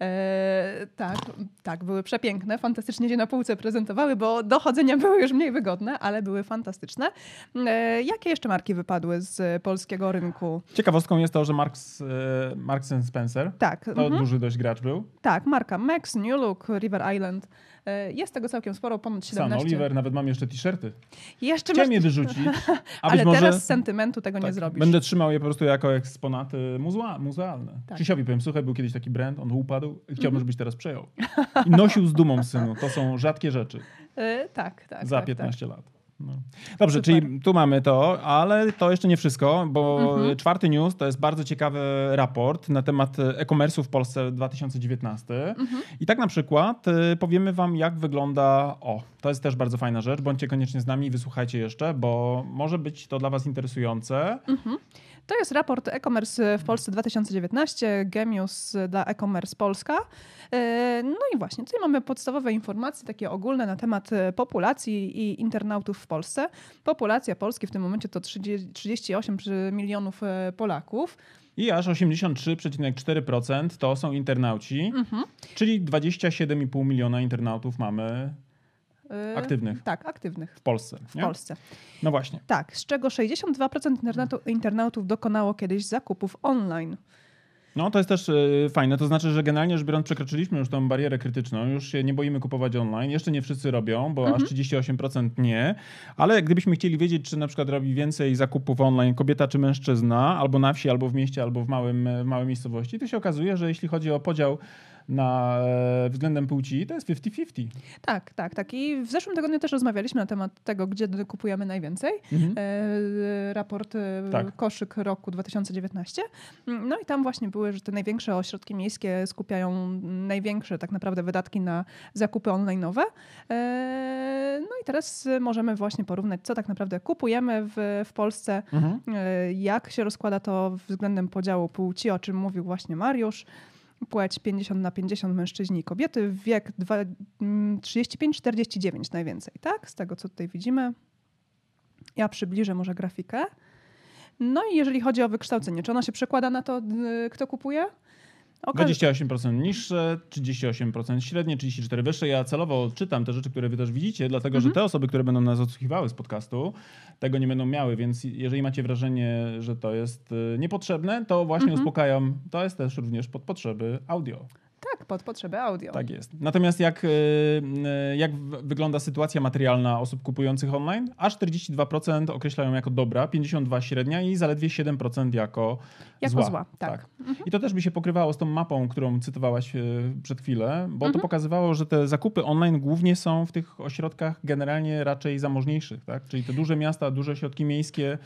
Speaker 1: Tak, były przepiękne, fantastycznie się na półce prezentowały, bo do chodzenia były już mniej wygodne, ale były fantastyczne. Jakie jeszcze marki wypadły z polskiego rynku?
Speaker 2: Ciekawostką jest to, że Marks & Spencer, duży dość gracz był. Tak,
Speaker 1: marka Max, New Look, River Island. Jest tego całkiem sporo, ponad 17.
Speaker 2: San Oliver, nawet mam jeszcze t-shirty. Chciałem je wyrzucić.
Speaker 1: Ale może teraz z sentymentu tego nie zrobisz.
Speaker 2: Będę trzymał je po prostu jako eksponaty muzealne. Tak. Krzysiowi powiem, słuchaj, był kiedyś taki brand, on upadł i chciałbym, żebyś teraz przejął. I nosił z dumą, synu. To są rzadkie rzeczy.
Speaker 1: Tak.
Speaker 2: Za 15 lat. No. Dobrze,
Speaker 1: Super.
Speaker 2: czyli tu mamy to, ale to jeszcze nie wszystko, bo czwarty news to jest bardzo ciekawy raport na temat e-commerce'u w Polsce 2019. I tak na przykład powiemy wam, jak wygląda... to jest też bardzo fajna rzecz. Bądźcie koniecznie z nami, wysłuchajcie jeszcze, bo może być to dla was interesujące.
Speaker 1: To jest raport e-commerce w Polsce 2019, Gemius dla e-commerce Polska. No i właśnie, tutaj mamy podstawowe informacje takie ogólne na temat populacji i internautów w Polsce. Populacja Polski w tym momencie to 38 milionów Polaków.
Speaker 2: I aż 83,4% to są internauci, czyli 27,5 miliona internautów mamy aktywnych.
Speaker 1: Tak, aktywnych.
Speaker 2: W Polsce.
Speaker 1: W Polsce.
Speaker 2: No właśnie.
Speaker 1: Tak, z czego 62% internautów dokonało kiedyś zakupów online.
Speaker 2: No to jest też fajne, to znaczy, że generalnie rzecz biorąc przekroczyliśmy już tą barierę krytyczną, już się nie boimy kupować online, jeszcze nie wszyscy robią, bo aż 38% nie, ale gdybyśmy chcieli wiedzieć, czy na przykład robi więcej zakupów online kobieta czy mężczyzna, albo na wsi, albo w mieście, albo w małej miejscowości, to się okazuje, że jeśli chodzi o podział względem płci, to jest 50-50.
Speaker 1: Tak. I w zeszłym tygodniu też rozmawialiśmy na temat tego, gdzie kupujemy najwięcej. Raport Koszyk roku 2019. No i tam właśnie były, że te największe ośrodki miejskie skupiają największe tak naprawdę wydatki na zakupy online'owe. No i teraz możemy właśnie porównać, co tak naprawdę kupujemy w Polsce, jak się rozkłada to względem podziału płci, o czym mówił właśnie Mariusz. Płeć 50/50 mężczyźni i kobiety, wiek 35-49 najwięcej, tak? Z tego, co tutaj widzimy. Ja przybliżę może grafikę. No i jeżeli chodzi o wykształcenie, czy ono się przekłada na to, kto kupuje?
Speaker 2: 28% niższe, 38% średnie, 34% wyższe. Ja celowo czytam te rzeczy, które wy też widzicie, dlatego że te osoby, które będą nas odsłuchiwały z podcastu, tego nie będą miały, więc jeżeli macie wrażenie, że to jest niepotrzebne, to właśnie uspokajam, to jest też również pod potrzeby audio.
Speaker 1: Tak, pod potrzeby audio.
Speaker 2: Tak jest. Natomiast jak wygląda sytuacja materialna osób kupujących online? Aż 42% określają jako dobra, 52% średnia i zaledwie 7% jako zła.
Speaker 1: Tak.
Speaker 2: I to też by się pokrywało z tą mapą, którą cytowałaś przed chwilę, bo to pokazywało, że te zakupy online głównie są w tych ośrodkach generalnie raczej zamożniejszych, tak? Czyli te duże miasta, duże ośrodki miejskie,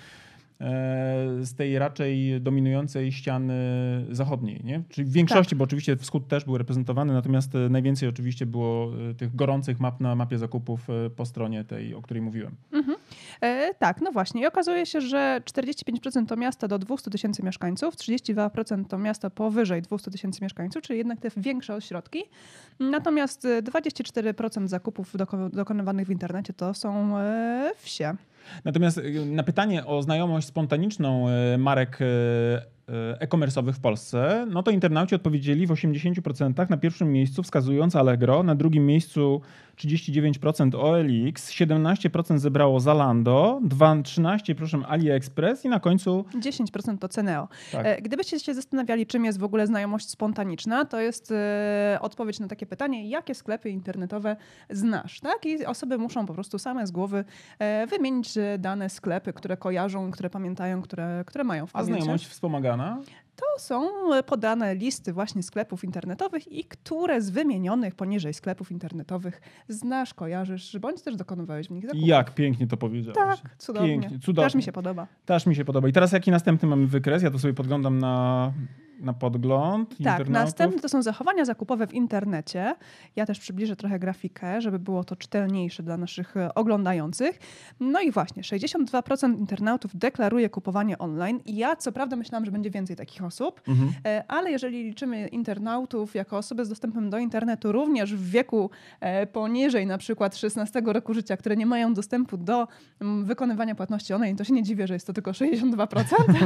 Speaker 2: z tej raczej dominującej ściany zachodniej, nie? Czyli w większości, bo oczywiście wschód też był reprezentowany, natomiast najwięcej oczywiście było tych gorących map na mapie zakupów po stronie tej, o której mówiłem.
Speaker 1: Tak, no właśnie. I okazuje się, że 45% to miasta do 200 000 mieszkańców, 32% to miasta powyżej 200 000 mieszkańców, czyli jednak te większe ośrodki. Natomiast 24% zakupów dokonywanych w internecie to są wsie.
Speaker 2: Natomiast na pytanie o znajomość spontaniczną marek e-commerce'owych w Polsce, no to internauci odpowiedzieli w 80%, na pierwszym miejscu wskazując Allegro, na drugim miejscu 39% OLX, 17% zebrało Zalando, 13% AliExpress i na końcu
Speaker 1: 10% to Ceneo.
Speaker 2: Tak.
Speaker 1: Gdybyście się zastanawiali, czym jest w ogóle znajomość spontaniczna, to jest odpowiedź na takie pytanie, jakie sklepy internetowe znasz, tak? I osoby muszą po prostu same z głowy wymienić dane sklepy, które kojarzą, które pamiętają, które mają w pamięci.
Speaker 2: A znajomość wspomagana?
Speaker 1: To są podane listy właśnie sklepów internetowych i które z wymienionych poniżej sklepów internetowych znasz, kojarzysz, bądź też dokonywałeś w nich zakupów.
Speaker 2: Jak pięknie to powiedziałeś.
Speaker 1: Tak, cudownie.
Speaker 2: Pięknie, cudownie.
Speaker 1: Też mi się podoba.
Speaker 2: Też mi się podoba. I teraz jaki następny mamy wykres? Ja to sobie podglądam na podgląd
Speaker 1: Tak,
Speaker 2: internautów.
Speaker 1: następne to są zachowania zakupowe w internecie. Ja też przybliżę trochę grafikę, żeby było to czytelniejsze dla naszych oglądających. No i właśnie, 62% internautów deklaruje kupowanie online. I ja co prawda myślałam, że będzie więcej takich osób, ale jeżeli liczymy internautów jako osoby z dostępem do internetu również w wieku poniżej na przykład 16 roku życia, które nie mają dostępu do wykonywania płatności online, to się nie dziwię, że jest to tylko 62%.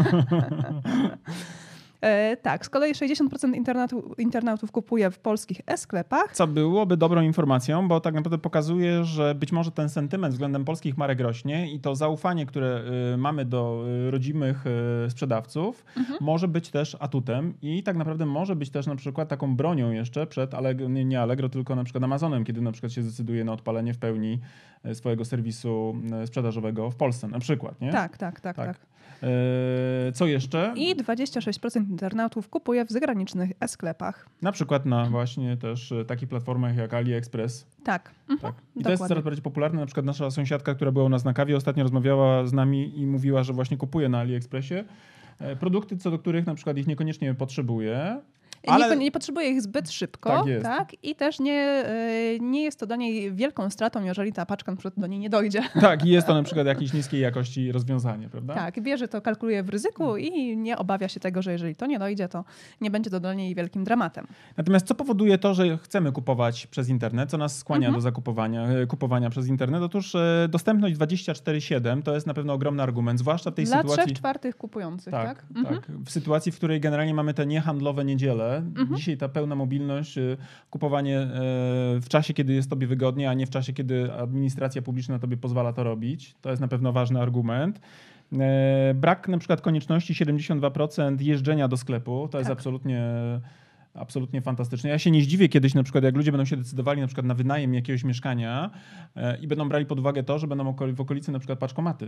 Speaker 1: Tak, z kolei 60% internautów kupuje w polskich e-sklepach.
Speaker 2: Co byłoby dobrą informacją, bo tak naprawdę pokazuje, że być może ten sentyment względem polskich marek rośnie i to zaufanie, które mamy do rodzimych sprzedawców, może być też atutem i tak naprawdę może być też na przykład taką bronią jeszcze przed nie Allegro, tylko na przykład Amazonem, kiedy na przykład się zdecyduje na odpalenie w pełni swojego serwisu sprzedażowego w Polsce na przykład, nie?
Speaker 1: Tak.
Speaker 2: Co jeszcze?
Speaker 1: I 26% internautów kupuje w zagranicznych e-sklepach.
Speaker 2: Na przykład na właśnie też takich platformach jak AliExpress.
Speaker 1: Tak.
Speaker 2: Tak. I to jest coraz bardziej popularne. Na przykład nasza sąsiadka, która była u nas na kawie, ostatnio rozmawiała z nami i mówiła, że właśnie kupuje na AliExpressie produkty, co do których na przykład ich niekoniecznie potrzebuje. Ale
Speaker 1: nie potrzebuje ich zbyt szybko,
Speaker 2: tak jest.
Speaker 1: Tak? I też nie jest to dla niej wielką stratą, jeżeli ta paczka na przykład do niej nie dojdzie.
Speaker 2: Tak, i jest to na przykład jakiejś niskiej jakości rozwiązanie, prawda?
Speaker 1: Tak, wie, że to kalkuluje w ryzyku i nie obawia się tego, że jeżeli to nie dojdzie, to nie będzie to dla niej wielkim dramatem.
Speaker 2: Natomiast co powoduje to, że chcemy kupować przez internet? Co nas skłania do kupowania przez internet? Otóż dostępność 24/7 to jest na pewno ogromny argument, zwłaszcza w tej sytuacji...
Speaker 1: Dla 3/4 kupujących, tak?
Speaker 2: Tak. W sytuacji, w której generalnie mamy te niehandlowe niedziele. Dzisiaj ta pełna mobilność, kupowanie w czasie, kiedy jest tobie wygodnie, a nie w czasie, kiedy administracja publiczna tobie pozwala to robić. To jest na pewno ważny argument. Brak na przykład konieczności 72% jeżdżenia do sklepu. To jest absolutnie fantastyczne. Ja się nie zdziwię kiedyś na przykład, jak ludzie będą się decydowali na przykład na wynajem jakiegoś mieszkania i będą brali pod uwagę to, że będą w okolicy na przykład paczkomaty.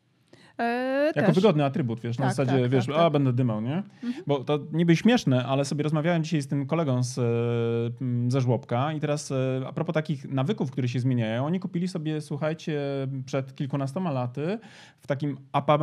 Speaker 2: Jako wygodny atrybut, wiesz, na zasadzie, będę dymał, nie? Bo to niby śmieszne, ale sobie rozmawiałem dzisiaj z tym kolegą ze żłobka i teraz a propos takich nawyków, które się zmieniają, oni kupili sobie, słuchajcie, przed kilkunastoma laty w takim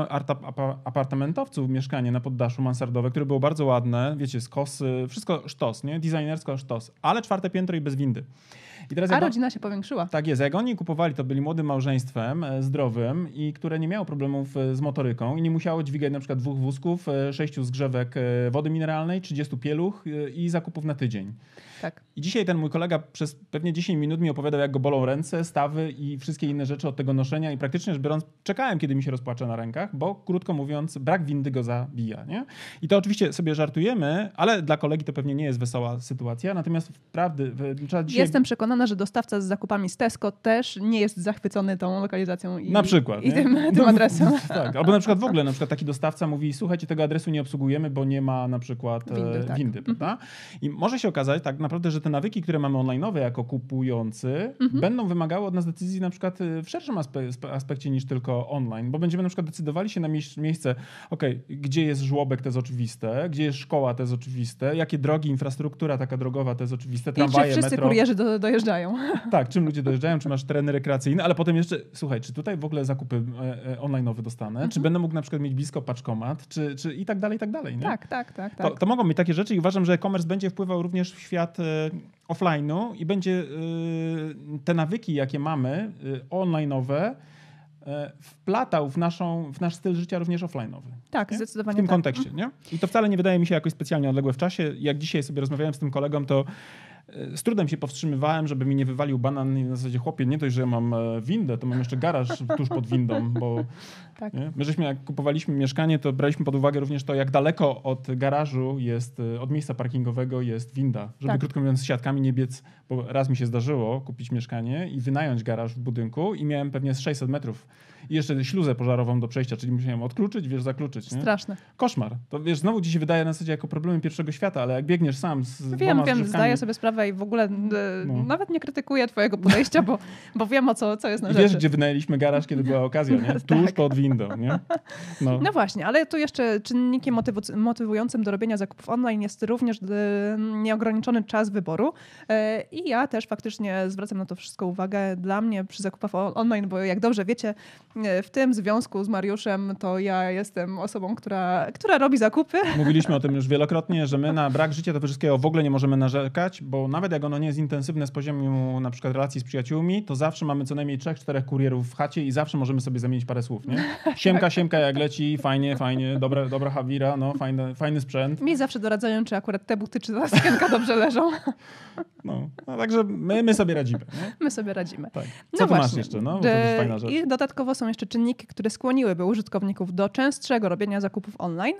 Speaker 2: apartamentowcu mieszkanie na poddaszu mansardowe, które było bardzo ładne, wiecie, z kosy, wszystko sztos, nie? Designersko sztos, ale 4. piętro i bez windy. I teraz
Speaker 1: rodzina się powiększyła.
Speaker 2: Tak jest. Jak oni kupowali, to byli młodym małżeństwem, zdrowym i które nie miało problemów z motoryką i nie musiało dźwigać na przykład 2 wózków, 6 zgrzewek wody mineralnej, 30 pieluch i zakupów na tydzień.
Speaker 1: Tak.
Speaker 2: I dzisiaj ten mój kolega przez pewnie 10 minut mi opowiadał, jak go bolą ręce, stawy i wszystkie inne rzeczy od tego noszenia i praktycznie rzecz biorąc czekałem, kiedy mi się rozpłacze na rękach, bo krótko mówiąc brak windy go zabija. Nie? I to oczywiście sobie żartujemy, ale dla kolegi to pewnie nie jest wesoła sytuacja, natomiast wprawdzie trzeba dzisiaj...
Speaker 1: Jestem przekonana, że dostawca z zakupami z Tesco też nie jest zachwycony tą lokalizacją
Speaker 2: na przykład,
Speaker 1: i tym adresem.
Speaker 2: Tak, albo na przykład w ogóle taki dostawca mówi, słuchajcie, tego adresu nie obsługujemy, bo nie ma na przykład windy, prawda? I może się okazać tak naprawdę, że te nawyki, które mamy online'owe jako kupujący, będą wymagały od nas decyzji na przykład w szerszym aspekcie niż tylko online, bo będziemy na przykład decydowali się na miejsce, gdzie jest żłobek, to jest oczywiste, gdzie jest szkoła, to jest oczywiste, jakie drogi, infrastruktura taka drogowa, to jest oczywiste, tramwaje,
Speaker 1: metro. I czy wszyscy kurierzy dojeżdżają.
Speaker 2: Tak, czym ludzie dojeżdżają, czy masz tereny rekreacyjne, ale potem jeszcze, słuchaj, czy tutaj w ogóle zakupy online'owe dostanę, czy będę mógł na przykład mieć blisko paczkomat, czy i tak dalej, nie?
Speaker 1: Tak.
Speaker 2: To mogą być takie rzeczy i uważam, że e-commerce będzie wpływał również w świat offline'u i będzie te nawyki, jakie mamy online'owe, wplatał w nasz styl życia również offline'owy.
Speaker 1: Tak,
Speaker 2: nie?
Speaker 1: zdecydowanie
Speaker 2: w tym
Speaker 1: tak.
Speaker 2: kontekście, nie? I to wcale nie wydaje mi się jakoś specjalnie odległe w czasie. Jak dzisiaj sobie rozmawiałem z tym kolegą, to z trudem się powstrzymywałem, żeby mi nie wywalił banan i na zasadzie, chłopie, nie dość, że mam windę, to mam jeszcze garaż tuż pod windą, bo
Speaker 1: tak.
Speaker 2: My żeśmy jak kupowaliśmy mieszkanie, to braliśmy pod uwagę również to, jak daleko od garażu jest, od miejsca parkingowego jest winda, żeby krótko mówiąc z siatkami nie biec, bo raz mi się zdarzyło kupić mieszkanie i wynająć garaż w budynku i miałem pewnie z 600 metrów i jeszcze śluzę pożarową do przejścia, czyli musiałem odkluczyć, zakluczyć. Nie?
Speaker 1: Straszne.
Speaker 2: Koszmar. To znowu ci się wydaje na zasadzie jako problemy pierwszego świata, ale jak biegniesz sam z dwoma
Speaker 1: Wiem, zdaję sobie sprawę i w ogóle nawet nie krytykuję twojego podejścia, bo wiem co jest na rzeczy.
Speaker 2: Wiesz, gdzie wynajęliśmy garaż, kiedy była okazja, nie? Tuż pod windą, nie?
Speaker 1: No właśnie, ale tu jeszcze czynnikiem motywującym do robienia zakupów online jest również nieograniczony czas wyboru i ja też faktycznie zwracam na to wszystko uwagę. Dla mnie przy zakupach online, bo jak dobrze wiecie, w tym związku z Mariuszem to ja jestem osobą, która robi zakupy.
Speaker 2: Mówiliśmy o tym już wielokrotnie, że my na brak życia towarzyskiego w ogóle nie możemy narzekać, bo nawet jak ono nie jest intensywne z poziomu na przykład relacji z przyjaciółmi, to zawsze mamy co najmniej 3-4 kurierów w chacie i zawsze możemy sobie zamienić parę słów, nie? Siemka jak leci, fajnie, dobra Hawira, no, fajny sprzęt.
Speaker 1: Mi zawsze doradzają, czy akurat te buty, czy ta sukienka dobrze leżą.
Speaker 2: No także my sobie radzimy. Nie?
Speaker 1: My sobie radzimy.
Speaker 2: Tak. Co tu masz jeszcze? No, to jest fajna rzecz.
Speaker 1: I dodatkowo są jeszcze czynniki, które skłoniłyby użytkowników do częstszego robienia zakupów online.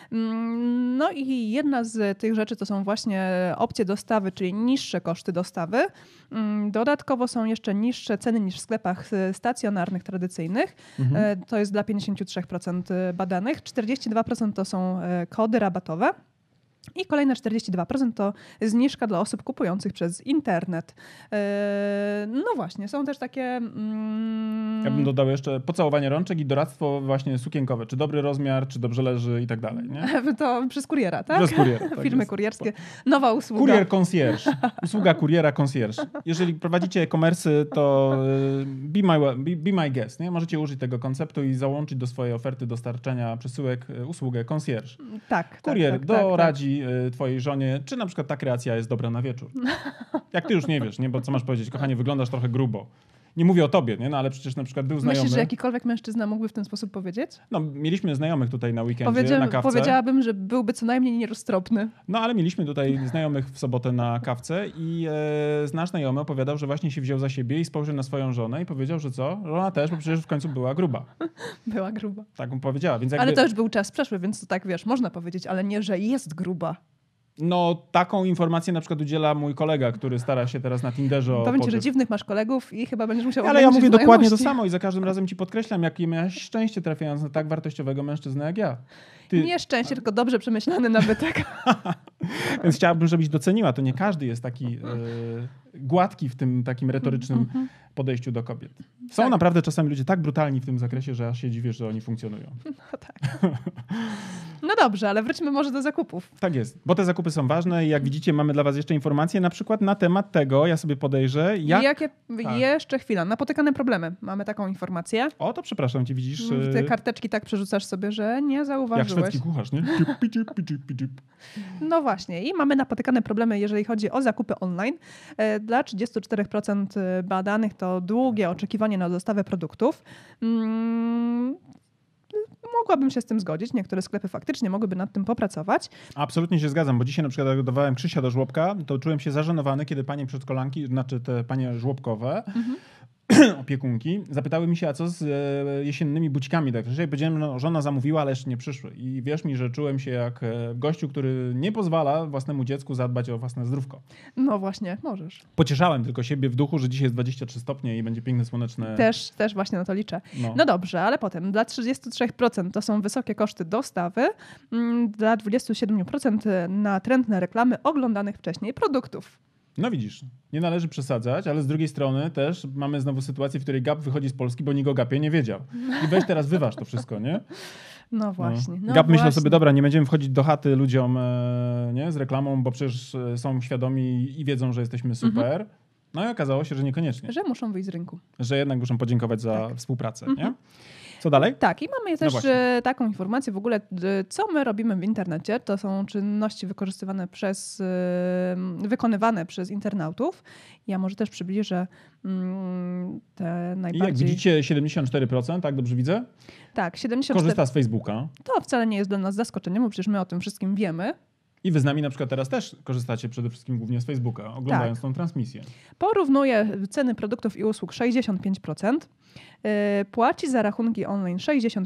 Speaker 1: No i jedna z tych rzeczy to są właśnie opcje dostawy, czyli niższe koszty dostawy. Dodatkowo są jeszcze niższe ceny niż w sklepach stacjonarnych, tradycyjnych. To jest dla 53% badanych. 42% to są kody rabatowe. I kolejne 42% to zniżka dla osób kupujących przez internet. No właśnie, są też takie...
Speaker 2: Ja bym dodał jeszcze pocałowanie rączek i doradztwo właśnie sukienkowe. Czy dobry rozmiar, czy dobrze leży i tak dalej. Nie?
Speaker 1: To przez kuriera, tak?
Speaker 2: Przez kuriera. Tak
Speaker 1: Firmy
Speaker 2: jest.
Speaker 1: kurierskie. Nowa usługa.
Speaker 2: Kurier concierge. Usługa kuriera concierge. Jeżeli prowadzicie e-commerce, to be my guest. Nie? Możecie użyć tego konceptu i załączyć do swojej oferty dostarczenia przesyłek usługę concierge.
Speaker 1: Tak.
Speaker 2: Kurier doradzi twojej żonie, czy na przykład ta kreacja jest dobra na wieczór. Jak ty już nie wiesz, nie? Bo co masz powiedzieć? Kochanie, wyglądasz trochę grubo. Nie mówię o tobie, nie? No, ale przecież na przykład był znajomy...
Speaker 1: Myślisz, że jakikolwiek mężczyzna mógłby w ten sposób powiedzieć?
Speaker 2: No, mieliśmy znajomych tutaj na weekendzie, na kawce.
Speaker 1: Powiedziałabym, że byłby co najmniej nieroztropny.
Speaker 2: No, ale mieliśmy tutaj znajomych w sobotę na kawce i nasz znajomy opowiadał, że właśnie się wziął za siebie i spojrzał na swoją żonę i powiedział, że co? Żona też, bo przecież w końcu była gruba.
Speaker 1: Była gruba.
Speaker 2: Tak mu powiedziała. Więc jakby...
Speaker 1: Ale to już był czas przeszły, więc to tak, wiesz, można powiedzieć, ale nie, że jest gruba.
Speaker 2: No, taką informację na przykład udziela mój kolega, który stara się teraz na Tinderze o
Speaker 1: Powiem ci,
Speaker 2: pożyw.
Speaker 1: że dziwnych masz kolegów i chyba będziesz musiał...
Speaker 2: Ale ja mówię dokładnie to samo i za każdym razem ci podkreślam, jakie miałeś szczęście trafiając na tak wartościowego mężczyznę jak ja.
Speaker 1: Nie szczęście, tylko dobrze przemyślany nabytek.
Speaker 2: Więc chciałabym, żebyś doceniła. To nie każdy jest taki gładki w tym takim retorycznym podejściu do kobiet. Są
Speaker 1: tak.
Speaker 2: naprawdę czasami ludzie tak brutalni w tym zakresie, że aż się dziwię, że oni funkcjonują.
Speaker 1: No tak. No dobrze, ale wróćmy może do zakupów.
Speaker 2: Tak jest, bo te zakupy są ważne i jak widzicie mamy dla was jeszcze informacje na przykład na temat tego, ja sobie podejrzę,
Speaker 1: Jakie jeszcze chwila, napotykane problemy. Mamy taką informację.
Speaker 2: O, to przepraszam cię, widzisz...
Speaker 1: Te karteczki tak przerzucasz sobie, że nie zauważyłeś.
Speaker 2: Jak szwedzki kucharz, nie?
Speaker 1: No właśnie i mamy napotykane problemy, jeżeli chodzi o zakupy online. Dla 34% badanych to długie oczekiwanie na dostawę produktów. Mogłabym się z tym zgodzić. Niektóre sklepy faktycznie mogłyby nad tym popracować.
Speaker 2: Absolutnie się zgadzam, bo dzisiaj na przykład jak dawałem Krzysia do żłobka, to czułem się zażenowany, kiedy panie przedszkolanki, znaczy te panie żłobkowe, opiekunki, zapytały mi się, a co z jesiennymi bućkami. Tak, że powiedziałem, no, żona zamówiła, ale jeszcze nie przyszły. I wierz mi, że czułem się jak gościu, który nie pozwala własnemu dziecku zadbać o własne zdrówko.
Speaker 1: No właśnie, możesz.
Speaker 2: Pocieszałem tylko siebie w duchu, że dzisiaj jest 23 stopnie i będzie piękne, słoneczne...
Speaker 1: Też właśnie na to liczę. No dobrze, ale potem dla 33% to są wysokie koszty dostawy, dla 27% natrętne reklamy oglądanych wcześniej produktów.
Speaker 2: No widzisz, nie należy przesadzać, ale z drugiej strony też mamy znowu sytuację, w której Gap wychodzi z Polski, bo nikt o Gapie nie wiedział. I weź teraz wyważ to wszystko, nie?
Speaker 1: No właśnie. No
Speaker 2: Gap myślał sobie, dobra, nie będziemy wchodzić do chaty ludziom nie, z reklamą, bo przecież są świadomi i wiedzą, że jesteśmy super. No i okazało się, że niekoniecznie.
Speaker 1: Że muszą wyjść z rynku.
Speaker 2: Że jednak muszą podziękować za współpracę, nie? Co dalej?
Speaker 1: Tak, i mamy też taką informację w ogóle, co my robimy w internecie. To są czynności wykonywane przez internautów. Ja może też przybliżę te najbardziej...
Speaker 2: I jak widzicie 74%, tak dobrze widzę?
Speaker 1: Tak, 74%.
Speaker 2: Korzysta z Facebooka.
Speaker 1: To wcale nie jest dla nas zaskoczeniem, bo przecież my o tym wszystkim wiemy.
Speaker 2: I wy z nami na przykład teraz też korzystacie przede wszystkim głównie z Facebooka, oglądając tą transmisję.
Speaker 1: Porównuje ceny produktów i usług 65%. Płaci za rachunki online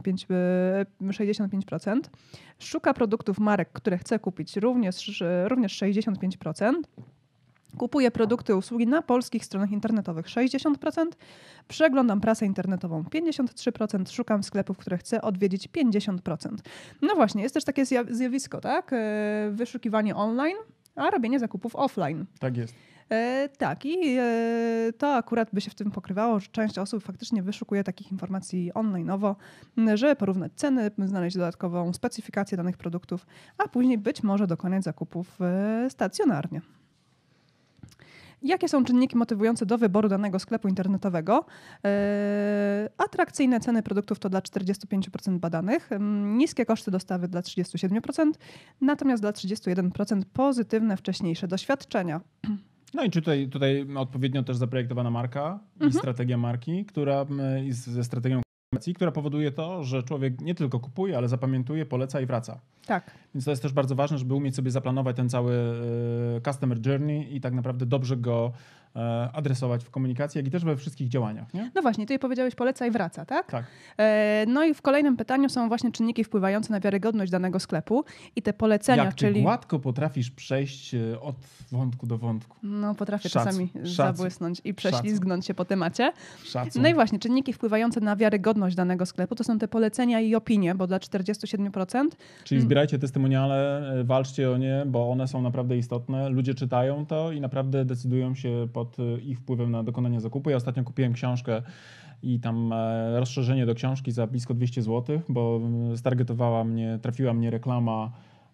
Speaker 1: 65%. Szuka produktów marek, które chce kupić również 65%. Kupuje produkty, usługi na polskich stronach internetowych 60%. Przeglądam prasę internetową 53%. Szukam sklepów, które chcę odwiedzić 50%. No właśnie, jest też takie zjawisko, tak? Wyszukiwanie online, a robienie zakupów offline.
Speaker 2: Tak jest.
Speaker 1: Tak i to akurat by się w tym pokrywało, że część osób faktycznie wyszukuje takich informacji online'owo, żeby porównać ceny, znaleźć dodatkową specyfikację danych produktów, a później być może dokonać zakupów stacjonarnie. Jakie są czynniki motywujące do wyboru danego sklepu internetowego? Atrakcyjne ceny produktów to dla 45% badanych, niskie koszty dostawy dla 37%, natomiast dla 31% pozytywne wcześniejsze doświadczenia.
Speaker 2: No i tutaj odpowiednio też zaprojektowana marka i strategia marki, która jest ze strategią komunikacji, która powoduje to, że człowiek nie tylko kupuje, ale zapamiętuje, poleca i wraca.
Speaker 1: Tak.
Speaker 2: Więc to jest też bardzo ważne, żeby umieć sobie zaplanować ten cały customer journey i tak naprawdę dobrze go adresować w komunikacji, jak i też we wszystkich działaniach, nie?
Speaker 1: No właśnie, ty powiedziałeś poleca i wraca, tak?
Speaker 2: Tak.
Speaker 1: No i w kolejnym pytaniu są właśnie czynniki wpływające na wiarygodność danego sklepu i te polecenia,
Speaker 2: Jak ty
Speaker 1: czyli...
Speaker 2: gładko potrafisz przejść od wątku do wątku.
Speaker 1: No potrafię
Speaker 2: Szacun,
Speaker 1: czasami
Speaker 2: szacun,
Speaker 1: zabłysnąć i prześlizgnąć się po temacie.
Speaker 2: Szacun.
Speaker 1: No i właśnie, czynniki wpływające na wiarygodność danego sklepu to są te polecenia i opinie, bo dla 47%...
Speaker 2: Czyli zbierajcie testymoniale, walczcie o nie, bo one są naprawdę istotne. Ludzie czytają to i naprawdę decydują się pod ich wpływem na dokonanie zakupu. Ja ostatnio kupiłem książkę i tam rozszerzenie do książki za blisko 200 zł, bo trafiła mnie reklama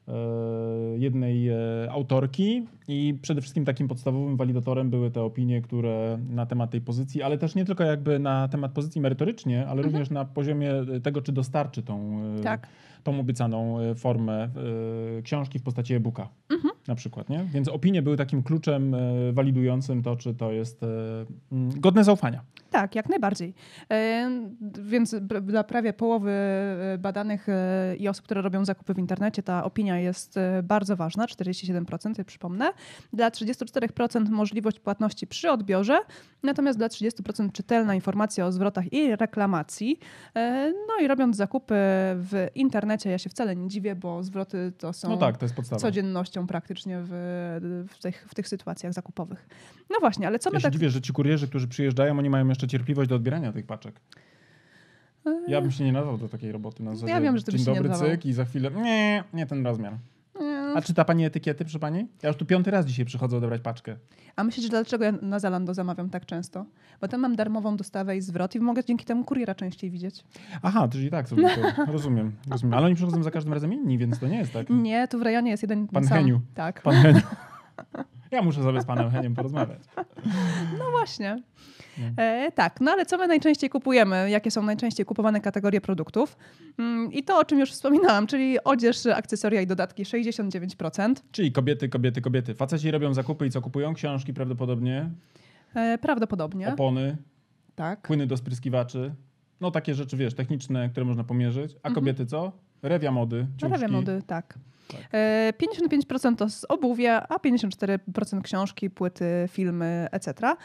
Speaker 2: jednej autorki i przede wszystkim takim podstawowym walidatorem były te opinie, które na temat tej pozycji, ale też nie tylko jakby na temat pozycji merytorycznie, ale również na poziomie tego, czy dostarczy tą obiecaną formę książki w postaci e-booka na przykład, nie? Więc opinie były takim kluczem walidującym to, czy to jest godne zaufania.
Speaker 1: Tak, jak najbardziej. Więc dla prawie połowy badanych i osób, które robią zakupy w internecie, ta opinia jest bardzo ważna, 47%, ja przypomnę. Dla 34% możliwość płatności przy odbiorze, natomiast dla 30% czytelna informacja o zwrotach i reklamacji. No i robiąc zakupy w internecie, ja się wcale nie dziwię, bo zwroty to są
Speaker 2: to jest podstawa.
Speaker 1: Codziennością praktycznie w tych sytuacjach zakupowych. No właśnie, ale co my
Speaker 2: ja się dziwię, że ci kurierzy, którzy przyjeżdżają, oni mają jeszcze cierpliwość do odbierania tych paczek. Ja bym się nie nazwał do takiej roboty. Na zasadzie,
Speaker 1: ja wiem, że ty byś się nie nazywał.
Speaker 2: cyk i za chwilę nie ten rozmiar. A czyta pani etykiety, proszę pani? Ja już tu 5. raz dzisiaj przychodzę odebrać paczkę.
Speaker 1: A myślisz, dlaczego ja na Zalando zamawiam tak często? Bo tam mam darmową dostawę i zwrot i mogę dzięki temu kuriera częściej widzieć.
Speaker 2: Aha, czyli tak sobie to rozumiem. Ale oni przychodzą za każdym razem inni, więc to nie jest tak.
Speaker 1: Nie, tu w rejonie jest jeden
Speaker 2: Pan
Speaker 1: sam.
Speaker 2: Heniu.
Speaker 1: Tak.
Speaker 2: Pan Heniu. Ja muszę sobie z panem Heniem porozmawiać.
Speaker 1: No właśnie. Tak, no ale co my najczęściej kupujemy? Jakie są najczęściej kupowane kategorie produktów? I to, o czym już wspominałam, czyli odzież, akcesoria i dodatki 69%.
Speaker 2: Czyli kobiety. Faceci robią zakupy i co kupują? Książki prawdopodobnie.
Speaker 1: Prawdopodobnie.
Speaker 2: Opony.
Speaker 1: Tak.
Speaker 2: Płyny do spryskiwaczy. No takie rzeczy, wiesz, techniczne, które można pomierzyć. A kobiety co? Rewia mody, ciuszki.
Speaker 1: Rewia mody, tak. 55% to obuwie, a 54% książki, płyty, filmy, etc.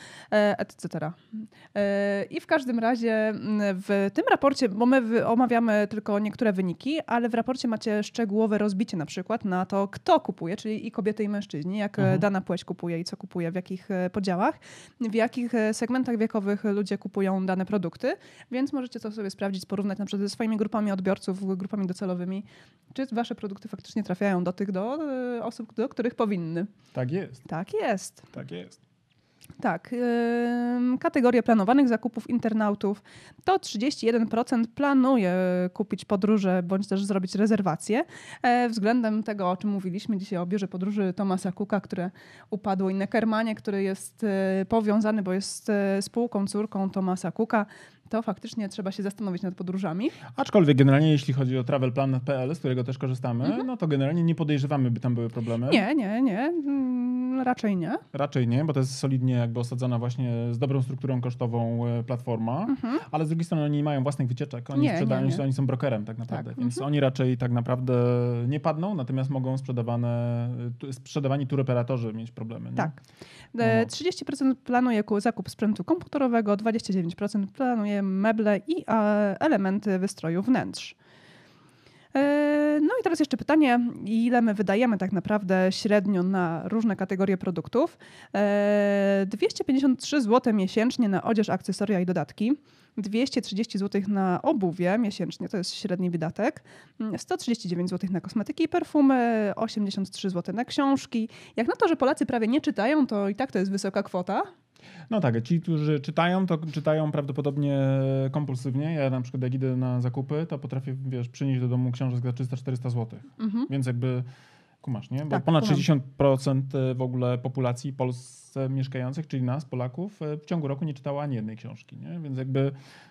Speaker 1: I w każdym razie w tym raporcie, bo my omawiamy tylko niektóre wyniki, ale w raporcie macie szczegółowe rozbicie na przykład na to, kto kupuje, czyli i kobiety, i mężczyźni, jak dana płeć kupuje i co kupuje, w jakich podziałach, w jakich segmentach wiekowych ludzie kupują dane produkty, więc możecie to sobie sprawdzić, porównać na przykład ze swoimi grupami odbiorców, grupami docelowymi, czy wasze produkty faktycznie trafiają do tych osób, do których powinny.
Speaker 2: Tak jest.
Speaker 1: Tak jest.
Speaker 2: Tak jest.
Speaker 1: Tak. Kategoria planowanych zakupów internautów to 31% planuje kupić podróże bądź też zrobić rezerwację. Względem tego, o czym mówiliśmy dzisiaj o biurze podróży Thomasa Cooka, które upadło, i Neckermanie, który jest powiązany, bo jest spółką córką Thomasa Cooka, to faktycznie trzeba się zastanowić nad podróżami.
Speaker 2: Aczkolwiek generalnie jeśli chodzi o travelplan.pl, z którego też korzystamy, no to generalnie nie podejrzewamy, by tam były problemy.
Speaker 1: Nie. Raczej nie.
Speaker 2: Raczej nie, bo to jest solidnie jakby osadzona właśnie z dobrą strukturą kosztową platforma, ale z drugiej strony oni nie mają własnych wycieczek. Oni sprzedają się, oni są brokerem tak naprawdę, więc oni raczej tak naprawdę nie padną, natomiast mogą sprzedawani turoperatorzy mieć problemy. Nie?
Speaker 1: Tak. 30% planuje zakup sprzętu komputerowego, 29% planuje meble i elementy wystroju wnętrz. No i teraz jeszcze pytanie, ile my wydajemy tak naprawdę średnio na różne kategorie produktów. 253 zł miesięcznie na odzież, akcesoria i dodatki, 230 zł na obuwie miesięcznie, to jest średni wydatek, 139 zł na kosmetyki i perfumy, 83 zł na książki. Jak na to, że Polacy prawie nie czytają, to i tak to jest wysoka kwota.
Speaker 2: No tak, ci, którzy czytają, to czytają prawdopodobnie kompulsywnie. Ja na przykład jak idę na zakupy, to potrafię, przynieść do domu książek za 300-400 zł. Więc jakby kumasz, nie? Bo tak, ponad 60% w ogóle populacji w Polsce mieszkających, czyli nas, Polaków, w ciągu roku nie czytała ani jednej książki, nie? Więc jakby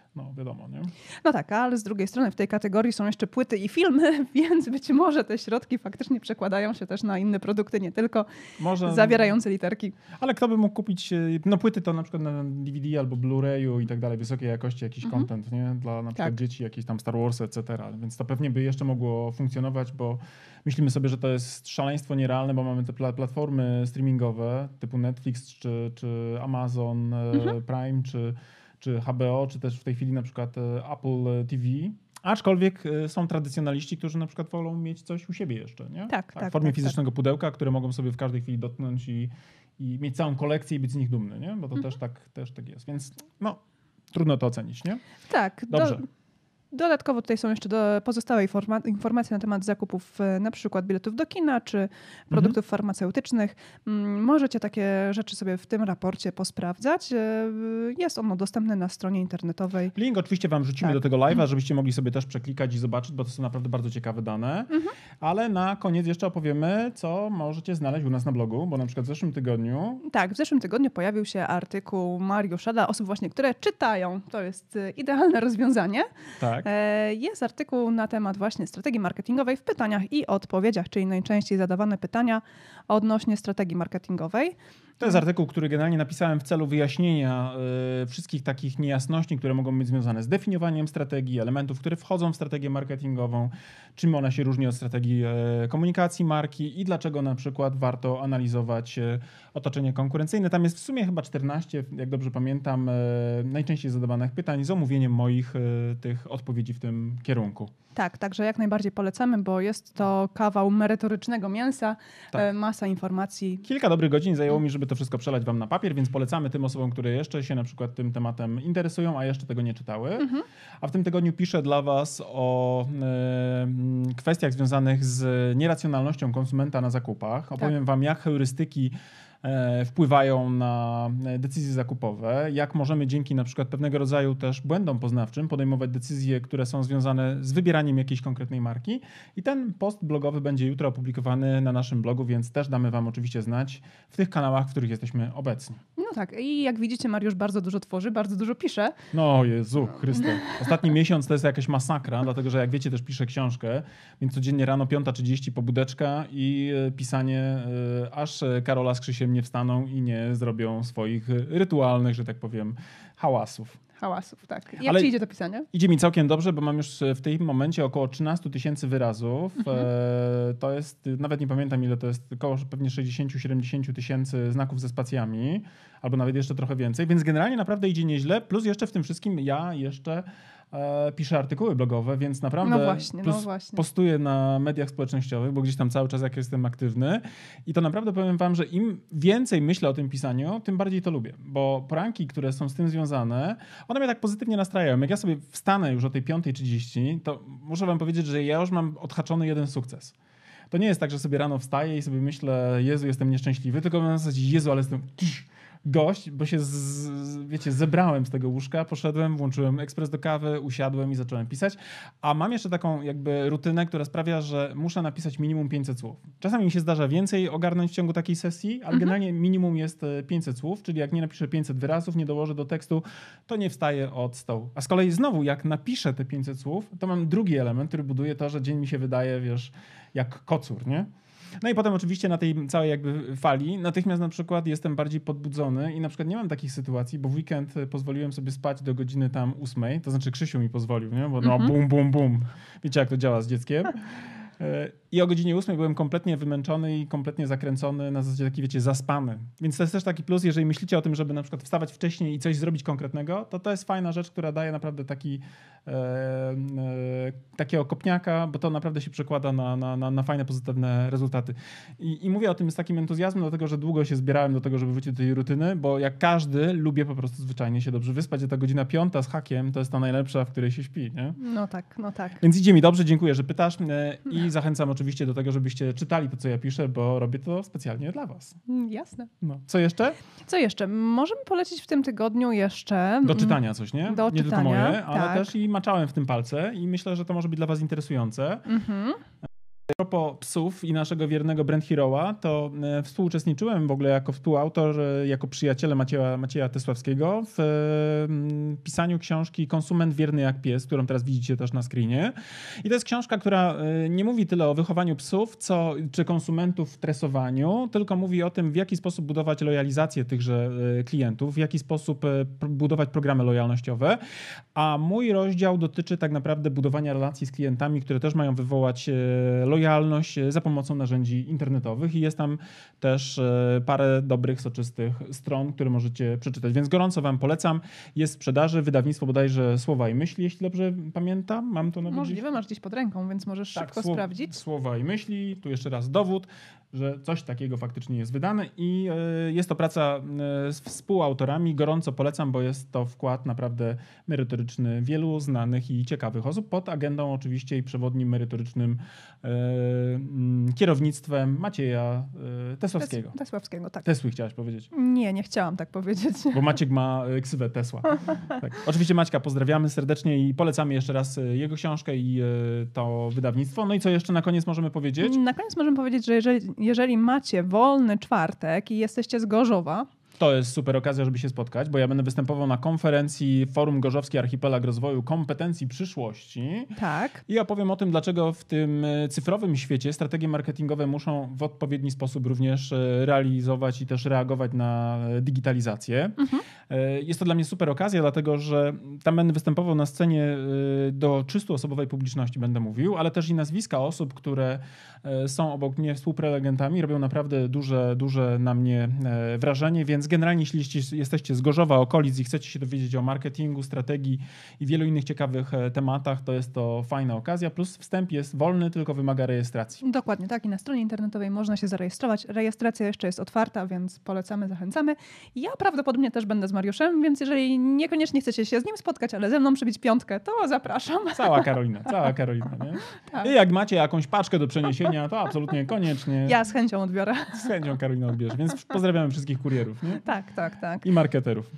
Speaker 2: no wiadomo, nie?
Speaker 1: No tak, ale z drugiej strony w tej kategorii są jeszcze płyty i filmy, więc być może te środki faktycznie przekładają się też na inne produkty, nie tylko zawierające literki.
Speaker 2: Ale kto by mógł kupić, no płyty to na przykład na DVD albo Blu-rayu i tak dalej, wysokiej jakości jakiś content, nie? Dla na przykład dzieci, jakieś tam Star Warsy, etc. Więc to pewnie by jeszcze mogło funkcjonować, bo myślimy sobie, że to jest szaleństwo nierealne, bo mamy te platformy streamingowe typu Netflix, czy Amazon Prime, czy HBO, czy też w tej chwili na przykład Apple TV. Aczkolwiek są tradycjonaliści, którzy na przykład wolą mieć coś u siebie jeszcze, nie?
Speaker 1: Tak,
Speaker 2: w formie fizycznego pudełka, które mogą sobie w każdej chwili dotknąć i mieć całą kolekcję i być z nich dumny, nie? Bo to też tak jest. Więc no, trudno to ocenić, nie?
Speaker 1: Tak.
Speaker 2: Dobrze.
Speaker 1: Dodatkowo tutaj są jeszcze pozostałe informacje na temat zakupów na przykład biletów do kina czy produktów farmaceutycznych. Możecie takie rzeczy sobie w tym raporcie posprawdzać. Jest ono dostępne na stronie internetowej.
Speaker 2: Link oczywiście wam wrzucimy do tego live'a, żebyście mogli sobie też przeklikać i zobaczyć, bo to są naprawdę bardzo ciekawe dane. Ale na koniec jeszcze opowiemy, co możecie znaleźć u nas na blogu, bo na przykład w zeszłym tygodniu...
Speaker 1: Tak, w zeszłym tygodniu pojawił się artykuł Mariusza dla osób właśnie, które czytają. To jest idealne rozwiązanie.
Speaker 2: Tak.
Speaker 1: Jest artykuł na temat właśnie strategii marketingowej w pytaniach i odpowiedziach, czyli najczęściej zadawane pytania odnośnie strategii marketingowej.
Speaker 2: To jest artykuł, który generalnie napisałem w celu wyjaśnienia wszystkich takich niejasności, które mogą być związane z definiowaniem strategii, elementów, które wchodzą w strategię marketingową, czym ona się różni od strategii komunikacji marki i dlaczego na przykład warto analizować otoczenie konkurencyjne. Tam jest w sumie chyba 14, jak dobrze pamiętam, najczęściej zadawanych pytań z omówieniem moich tych odpowiedzi w tym kierunku.
Speaker 1: Tak, także jak najbardziej polecamy, bo jest to kawał merytorycznego mięsa, masa informacji.
Speaker 2: Kilka dobrych godzin zajęło mi, żeby to wszystko przelać wam na papier, więc polecamy tym osobom, które jeszcze się na przykład tym tematem interesują, a jeszcze tego nie czytały. A w tym tygodniu piszę dla was o kwestiach związanych z nieracjonalnością konsumenta na zakupach. Opowiem wam, jak heurystyki wpływają na decyzje zakupowe, jak możemy dzięki na przykład pewnego rodzaju też błędom poznawczym podejmować decyzje, które są związane z wybieraniem jakiejś konkretnej marki. I ten post blogowy będzie jutro opublikowany na naszym blogu, więc też damy wam oczywiście znać w tych kanałach, w których jesteśmy obecni.
Speaker 1: No tak, i jak widzicie, Mariusz bardzo dużo tworzy, bardzo dużo pisze.
Speaker 2: No Jezu Chryste. Ostatni miesiąc to jest jakaś masakra, dlatego że jak wiecie, też piszę książkę, więc codziennie rano 5:30 pobudeczka i pisanie, aż Karola z Krzysiem nie wstaną i nie zrobią swoich rytualnych, że tak powiem, hałasów.
Speaker 1: Tak. Jak ci idzie to pisanie?
Speaker 2: Idzie mi całkiem dobrze, bo mam już w tym momencie około 13 000 wyrazów. To jest, nawet nie pamiętam ile to jest, około pewnie 60-70 tysięcy znaków ze spacjami, albo nawet jeszcze trochę więcej, więc generalnie naprawdę idzie nieźle, plus jeszcze w tym wszystkim ja jeszcze piszę artykuły blogowe, więc naprawdę postuję na mediach społecznościowych, bo gdzieś tam cały czas jak jestem aktywny i to naprawdę powiem wam, że im więcej myślę o tym pisaniu, tym bardziej to lubię, bo poranki, które są z tym związane, one mnie tak pozytywnie nastrajają. Jak ja sobie wstanę już o tej 5:30, to muszę wam powiedzieć, że ja już mam odhaczony jeden sukces. To nie jest tak, że sobie rano wstaję i sobie myślę, Jezu, jestem nieszczęśliwy, tylko mam na zasadzie, Jezu, ale jestem gość, bo się, zebrałem z tego łóżka, poszedłem, włączyłem ekspres do kawy, usiadłem i zacząłem pisać. A mam jeszcze taką jakby rutynę, która sprawia, że muszę napisać minimum 500 słów. Czasami mi się zdarza więcej ogarnąć w ciągu takiej sesji, ale generalnie minimum jest 500 słów, czyli jak nie napiszę 500 wyrazów, nie dołożę do tekstu, to nie wstaję od stołu. A z kolei znowu, jak napiszę te 500 słów, to mam drugi element, który buduje to, że dzień mi się wydaje, wiesz, jak kocur, nie? No i potem oczywiście na tej całej jakby fali natychmiast na przykład jestem bardziej podbudzony i na przykład nie mam takich sytuacji, bo w weekend pozwoliłem sobie spać do godziny tam 8, to znaczy Krzysiu mi pozwolił, nie? Bo no bum, bum, bum. Wiecie jak to działa z dzieckiem. I o godzinie 8 byłem kompletnie wymęczony i kompletnie zakręcony, na zasadzie taki, wiecie, zaspany. Więc to jest też taki plus, jeżeli myślicie o tym, żeby na przykład wstawać wcześniej i coś zrobić konkretnego, to jest fajna rzecz, która daje naprawdę takiego kopniaka, bo to naprawdę się przekłada na fajne, pozytywne rezultaty. I mówię o tym z takim entuzjazmem, dlatego że długo się zbierałem do tego, żeby wrócić do tej rutyny, bo jak każdy lubię po prostu zwyczajnie się dobrze wyspać, a ta godzina 5 z hakiem to jest ta najlepsza, w której się śpi, nie?
Speaker 1: No tak.
Speaker 2: Więc idzie mi dobrze, dziękuję, że pytasz i zachęcam oczywiście do tego, żebyście czytali to, co ja piszę, bo robię to specjalnie dla was.
Speaker 1: Jasne.
Speaker 2: No. Co jeszcze?
Speaker 1: Możemy polecić w tym tygodniu jeszcze...
Speaker 2: Do czytania coś, nie?
Speaker 1: Do
Speaker 2: nie
Speaker 1: czytania,
Speaker 2: tylko moje, ale
Speaker 1: tak.
Speaker 2: też i maczałem w tym palce i myślę, że to może być dla was interesujące. propos psów i naszego wiernego brand hero'a, to współuczestniczyłem w ogóle jako współautor, jako przyjaciele Macieja Tesławskiego w pisaniu książki Konsument wierny jak pies, którą teraz widzicie też na screenie. I to jest książka, która nie mówi tyle o wychowaniu psów, czy konsumentów w tresowaniu, tylko mówi o tym, w jaki sposób budować lojalizację tychże klientów, w jaki sposób budować programy lojalnościowe. A mój rozdział dotyczy tak naprawdę budowania relacji z klientami, które też mają wywołać lojalność za pomocą narzędzi internetowych i jest tam też parę dobrych, soczystych stron, które możecie przeczytać. Więc gorąco wam polecam. Jest w sprzedaży, wydawnictwo bodajże Słowa i Myśli, jeśli dobrze pamiętam. Mam to nawet
Speaker 1: Możliwe, masz gdzieś pod ręką, więc możesz szybko sprawdzić.
Speaker 2: Słowa i Myśli. Tu jeszcze raz dowód, że coś takiego faktycznie jest wydane i jest to praca z współautorami. Gorąco polecam, bo jest to wkład naprawdę merytoryczny wielu znanych i ciekawych osób pod agendą oczywiście i przewodnim merytorycznym kierownictwem Macieja Tesławskiego.
Speaker 1: Tesławskiego, tak.
Speaker 2: Tesły chciałaś powiedzieć.
Speaker 1: Nie chciałam tak powiedzieć.
Speaker 2: Bo Maciek ma ksywę Tesła. Tak. Oczywiście Maćka pozdrawiamy serdecznie i polecamy jeszcze raz jego książkę i to wydawnictwo. No i co jeszcze na koniec możemy powiedzieć?
Speaker 1: Na koniec możemy powiedzieć, że jeżeli macie wolny czwartek i jesteście z Gorzowa,
Speaker 2: to jest super okazja, żeby się spotkać, bo ja będę występował na konferencji Forum Gorzowski Archipelag Rozwoju Kompetencji Przyszłości.
Speaker 1: Tak.
Speaker 2: I opowiem o tym, dlaczego w tym cyfrowym świecie strategie marketingowe muszą w odpowiedni sposób również realizować i też reagować na digitalizację. Jest to dla mnie super okazja, dlatego że tam będę występował na scenie do 300-osobowej publiczności, będę mówił, ale też i nazwiska osób, które są obok mnie współprelegentami, robią naprawdę duże na mnie wrażenie, więc generalnie jeśli jesteście z Gorzowa, okolic i chcecie się dowiedzieć o marketingu, strategii i wielu innych ciekawych tematach, to jest to fajna okazja, plus wstęp jest wolny, tylko wymaga rejestracji.
Speaker 1: Dokładnie tak i na stronie internetowej można się zarejestrować. Rejestracja jeszcze jest otwarta, więc polecamy, zachęcamy. Ja prawdopodobnie też będę z Mariuszem, więc jeżeli niekoniecznie chcecie się z nim spotkać, ale ze mną przybić piątkę, to zapraszam.
Speaker 2: Cała Karolina, nie? Tak. I jak macie jakąś paczkę do przeniesienia, to absolutnie koniecznie.
Speaker 1: Ja z chęcią odbiorę.
Speaker 2: Z chęcią Karolina odbierze, więc pozdrawiamy wszystkich kurierów. Nie?
Speaker 1: Tak.
Speaker 2: I marketerów.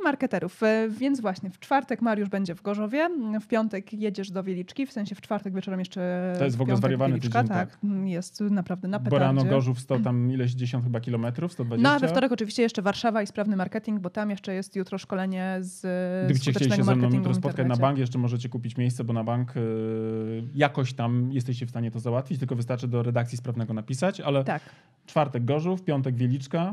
Speaker 1: Więc właśnie w czwartek Mariusz będzie w Gorzowie, w piątek jedziesz do Wieliczki, w sensie w czwartek wieczorem jeszcze
Speaker 2: to jest w ogóle zwariowany
Speaker 1: Wieliczka,
Speaker 2: tydzień, tak.
Speaker 1: Jest naprawdę na petardzie.
Speaker 2: Bo rano Gorzów 100 tam ileś dziesiąt chyba kilometrów, 120.
Speaker 1: No a we wtorek oczywiście jeszcze Warszawa i sprawny marketing, bo tam jeszcze jest jutro szkolenie z
Speaker 2: Gdybyście chcieli się ze mną jutro spotkać na
Speaker 1: bank,
Speaker 2: bank, jeszcze możecie kupić miejsce, bo na bank jakoś tam jesteście w stanie to załatwić, tylko wystarczy do redakcji sprawnego napisać, ale
Speaker 1: tak.
Speaker 2: Czwartek Gorzów, piątek Wieliczka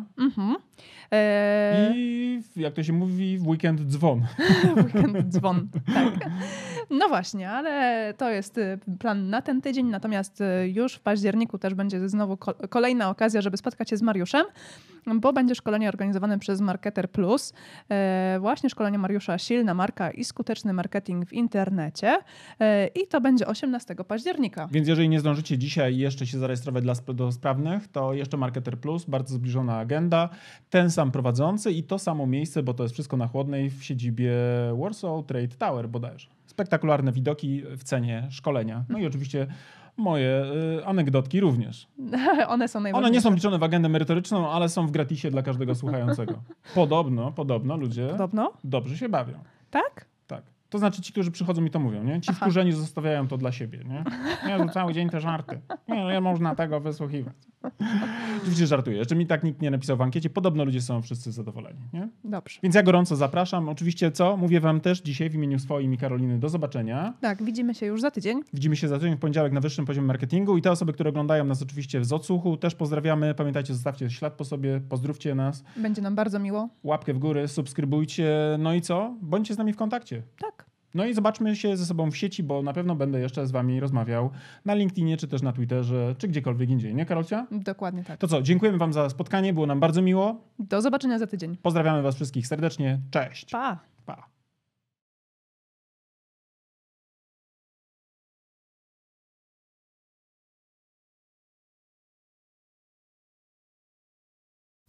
Speaker 2: i jak to się mówi, w weekend dzwon.
Speaker 1: Weekend dzwon, tak. No właśnie, ale to jest plan na ten tydzień, natomiast już w październiku też będzie znowu kolejna okazja, żeby spotkać się z Mariuszem, bo będzie szkolenie organizowane przez Marketer Plus. Właśnie szkolenie Mariusza Silna marka i skuteczny marketing w internecie i to będzie 18 października.
Speaker 2: Więc jeżeli nie zdążycie dzisiaj jeszcze się zarejestrować do sprawnych, to jeszcze Marketer Plus, bardzo zbliżona agenda, ten sam prowadzący i to samo miejsce, bo to jest wszystko na Chłodnej w siedzibie Warsaw Trade Tower bodajże. Spektakularne widoki w cenie szkolenia. No i oczywiście moje anegdotki również.
Speaker 1: One są najważniejsze.
Speaker 2: One nie są liczone w agendę merytoryczną, ale są w gratisie dla każdego słuchającego. Podobno ludzie dobrze się bawią.
Speaker 1: Tak?
Speaker 2: Tak. To znaczy ci, którzy przychodzą mi to mówią, nie? Ci wkurzeni zostawiają to dla siebie, nie? Nie, cały dzień te żarty. Nie można tego wysłuchiwać. Oczywiście żartuję. Jeszcze mi tak nikt nie napisał w ankiecie. Podobno ludzie są wszyscy zadowoleni, nie?
Speaker 1: Dobrze.
Speaker 2: Więc ja gorąco zapraszam. Oczywiście mówię wam też dzisiaj w imieniu swoim i Karoliny do zobaczenia.
Speaker 1: Tak, widzimy się już za tydzień.
Speaker 2: Widzimy się za tydzień w poniedziałek na wyższym poziomie marketingu i te osoby, które oglądają nas oczywiście z odsłuchu też pozdrawiamy. Pamiętajcie, zostawcie ślad po sobie, pozdrówcie nas.
Speaker 1: Będzie nam bardzo miło.
Speaker 2: Łapkę w górę, subskrybujcie. No i co? Bądźcie z nami w kontakcie.
Speaker 1: Tak.
Speaker 2: No i zobaczmy się ze sobą w sieci, bo na pewno będę jeszcze z wami rozmawiał na LinkedInie, czy też na Twitterze, czy gdziekolwiek indziej. Nie, Karolcia?
Speaker 1: Dokładnie tak.
Speaker 2: To co, dziękujemy wam za spotkanie, było nam bardzo miło.
Speaker 1: Do zobaczenia za tydzień.
Speaker 2: Pozdrawiamy was wszystkich serdecznie. Cześć.
Speaker 1: Pa.
Speaker 2: Pa.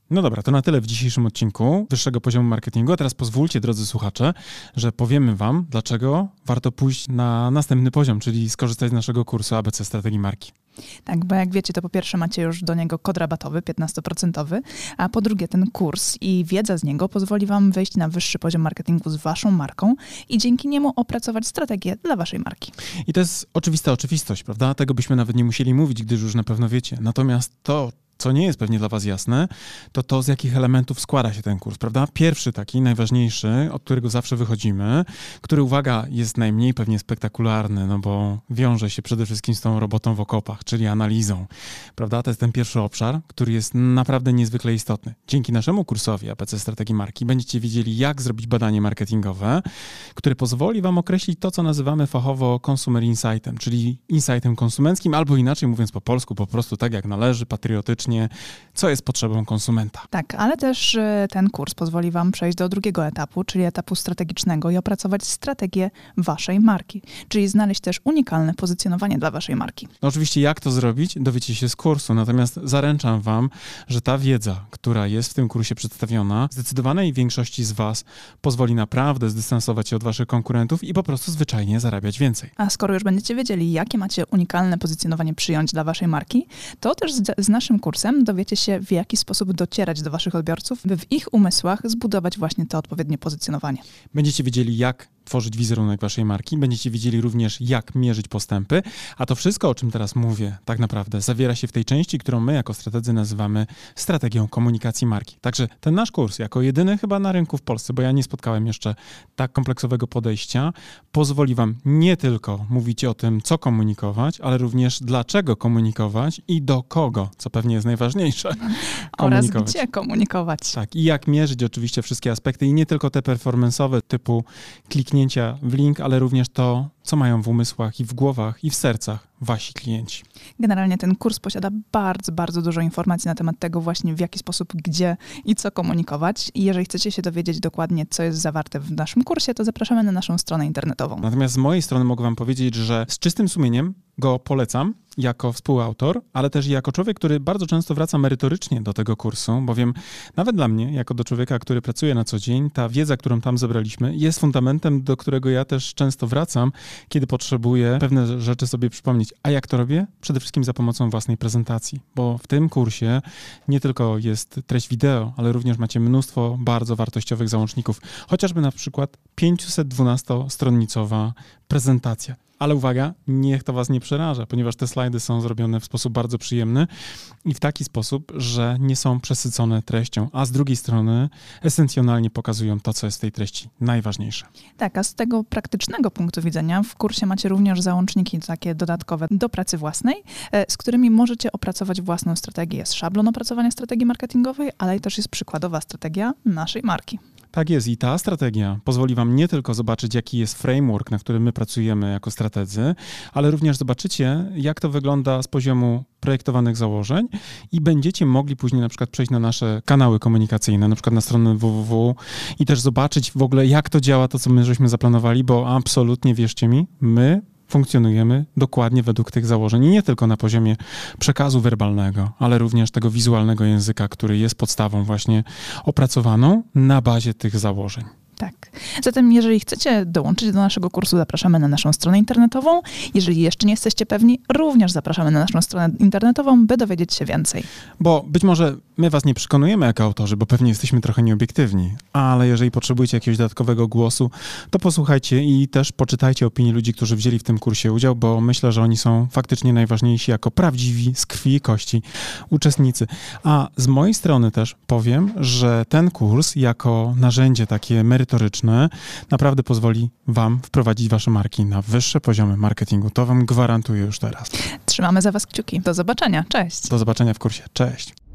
Speaker 2: No dobra, to na tyle w dzisiejszym odcinku Wyższego Poziomu Marketingu. A teraz pozwólcie, drodzy słuchacze, że powiemy wam, dlaczego warto pójść na następny poziom, czyli skorzystać z naszego kursu ABC Strategii Marki.
Speaker 3: Tak, bo jak wiecie, to po pierwsze macie już do niego kod rabatowy 15%, a po drugie ten kurs i wiedza z niego pozwoli wam wejść na wyższy poziom marketingu z waszą marką i dzięki niemu opracować strategię dla waszej marki.
Speaker 2: I to jest oczywista oczywistość, prawda? Tego byśmy nawet nie musieli mówić, gdyż już na pewno wiecie. Natomiast to, co nie jest pewnie dla was jasne, to z jakich elementów składa się ten kurs, prawda? Pierwszy taki, najważniejszy, od którego zawsze wychodzimy, który, uwaga, jest najmniej pewnie spektakularny, no bo wiąże się przede wszystkim z tą robotą w okopach, czyli analizą, prawda? To jest ten pierwszy obszar, który jest naprawdę niezwykle istotny. Dzięki naszemu kursowi ABC Strategii Marki będziecie wiedzieli, jak zrobić badanie marketingowe, które pozwoli wam określić to, co nazywamy fachowo consumer insightem, czyli insightem konsumenckim, albo inaczej mówiąc po polsku, po prostu tak jak należy, patriotycznie, co jest potrzebą konsumenta.
Speaker 3: Tak, ale też ten kurs pozwoli wam przejść do drugiego etapu, czyli etapu strategicznego i opracować strategię waszej marki, czyli znaleźć też unikalne pozycjonowanie dla waszej marki.
Speaker 2: No oczywiście jak to zrobić, dowiecie się z kursu, natomiast zaręczam wam, że ta wiedza, która jest w tym kursie przedstawiona, zdecydowanej większości z was pozwoli naprawdę zdystansować się od waszych konkurentów i po prostu zwyczajnie zarabiać więcej.
Speaker 3: A skoro już będziecie wiedzieli, jakie macie unikalne pozycjonowanie przyjąć dla waszej marki, to też z naszym kursem dowiecie się, w jaki sposób docierać do waszych odbiorców, by w ich umysłach zbudować właśnie to odpowiednie pozycjonowanie.
Speaker 2: Będziecie wiedzieli, jak tworzyć wizerunek waszej marki, będziecie wiedzieli również, jak mierzyć postępy, a to wszystko, o czym teraz mówię, tak naprawdę zawiera się w tej części, którą my jako strategzy nazywamy strategią komunikacji marki. Także ten nasz kurs, jako jedyny chyba na rynku w Polsce, bo ja nie spotkałem jeszcze tak kompleksowego podejścia, pozwoli wam nie tylko mówić o tym, co komunikować, ale również dlaczego komunikować i do kogo, co pewnie jest najważniejsze.
Speaker 3: Oraz gdzie komunikować.
Speaker 2: Tak, i jak mierzyć oczywiście wszystkie aspekty i nie tylko te performance'owe typu kliknięcia w link, ale również to, co mają w umysłach i w głowach i w sercach wasi klienci.
Speaker 3: Generalnie ten kurs posiada bardzo, bardzo dużo informacji na temat tego właśnie, w jaki sposób, gdzie i co komunikować. I jeżeli chcecie się dowiedzieć dokładnie, co jest zawarte w naszym kursie, to zapraszamy na naszą stronę internetową.
Speaker 2: Natomiast z mojej strony mogę wam powiedzieć, że z czystym sumieniem go polecam jako współautor, ale też jako człowiek, który bardzo często wraca merytorycznie do tego kursu, bowiem nawet dla mnie, jako do człowieka, który pracuje na co dzień, ta wiedza, którą tam zebraliśmy, jest fundamentem, do którego ja też często wracam, kiedy potrzebuję pewne rzeczy sobie przypomnieć. A jak to robię? Przede wszystkim za pomocą własnej prezentacji, bo w tym kursie nie tylko jest treść wideo, ale również macie mnóstwo bardzo wartościowych załączników, chociażby na przykład 512-stronnicowa prezentacja. Ale uwaga, niech to was nie przeraża, ponieważ te slajdy są zrobione w sposób bardzo przyjemny i w taki sposób, że nie są przesycone treścią, a z drugiej strony esencjonalnie pokazują to, co jest w tej treści najważniejsze.
Speaker 3: Tak, a z tego praktycznego punktu widzenia w kursie macie również załączniki takie dodatkowe do pracy własnej, z którymi możecie opracować własną strategię. Jest szablon opracowania strategii marketingowej, ale też jest przykładowa strategia naszej marki.
Speaker 2: Tak jest i ta strategia pozwoli wam nie tylko zobaczyć, jaki jest framework, na którym my pracujemy jako strategzy, ale również zobaczycie, jak to wygląda z poziomu projektowanych założeń i będziecie mogli później na przykład przejść na nasze kanały komunikacyjne, na przykład na stronę www i też zobaczyć w ogóle, jak to działa, to co my żeśmy zaplanowali, bo absolutnie, wierzcie mi, my funkcjonujemy dokładnie według tych założeń i nie tylko na poziomie przekazu werbalnego, ale również tego wizualnego języka, który jest podstawą właśnie opracowaną na bazie tych założeń.
Speaker 3: Tak. Zatem jeżeli chcecie dołączyć do naszego kursu, zapraszamy na naszą stronę internetową. Jeżeli jeszcze nie jesteście pewni, również zapraszamy na naszą stronę internetową, by dowiedzieć się więcej.
Speaker 2: Bo być może my was nie przekonujemy jako autorzy, bo pewnie jesteśmy trochę nieobiektywni, ale jeżeli potrzebujecie jakiegoś dodatkowego głosu, to posłuchajcie i też poczytajcie opinii ludzi, którzy wzięli w tym kursie udział, bo myślę, że oni są faktycznie najważniejsi jako prawdziwi, z krwi i kości uczestnicy. A z mojej strony też powiem, że ten kurs jako narzędzie takie merytoryczne naprawdę pozwoli wam wprowadzić wasze marki na wyższe poziomy marketingu. To wam gwarantuję już teraz.
Speaker 3: Trzymamy za was kciuki. Do zobaczenia. Cześć.
Speaker 2: Do zobaczenia w kursie. Cześć.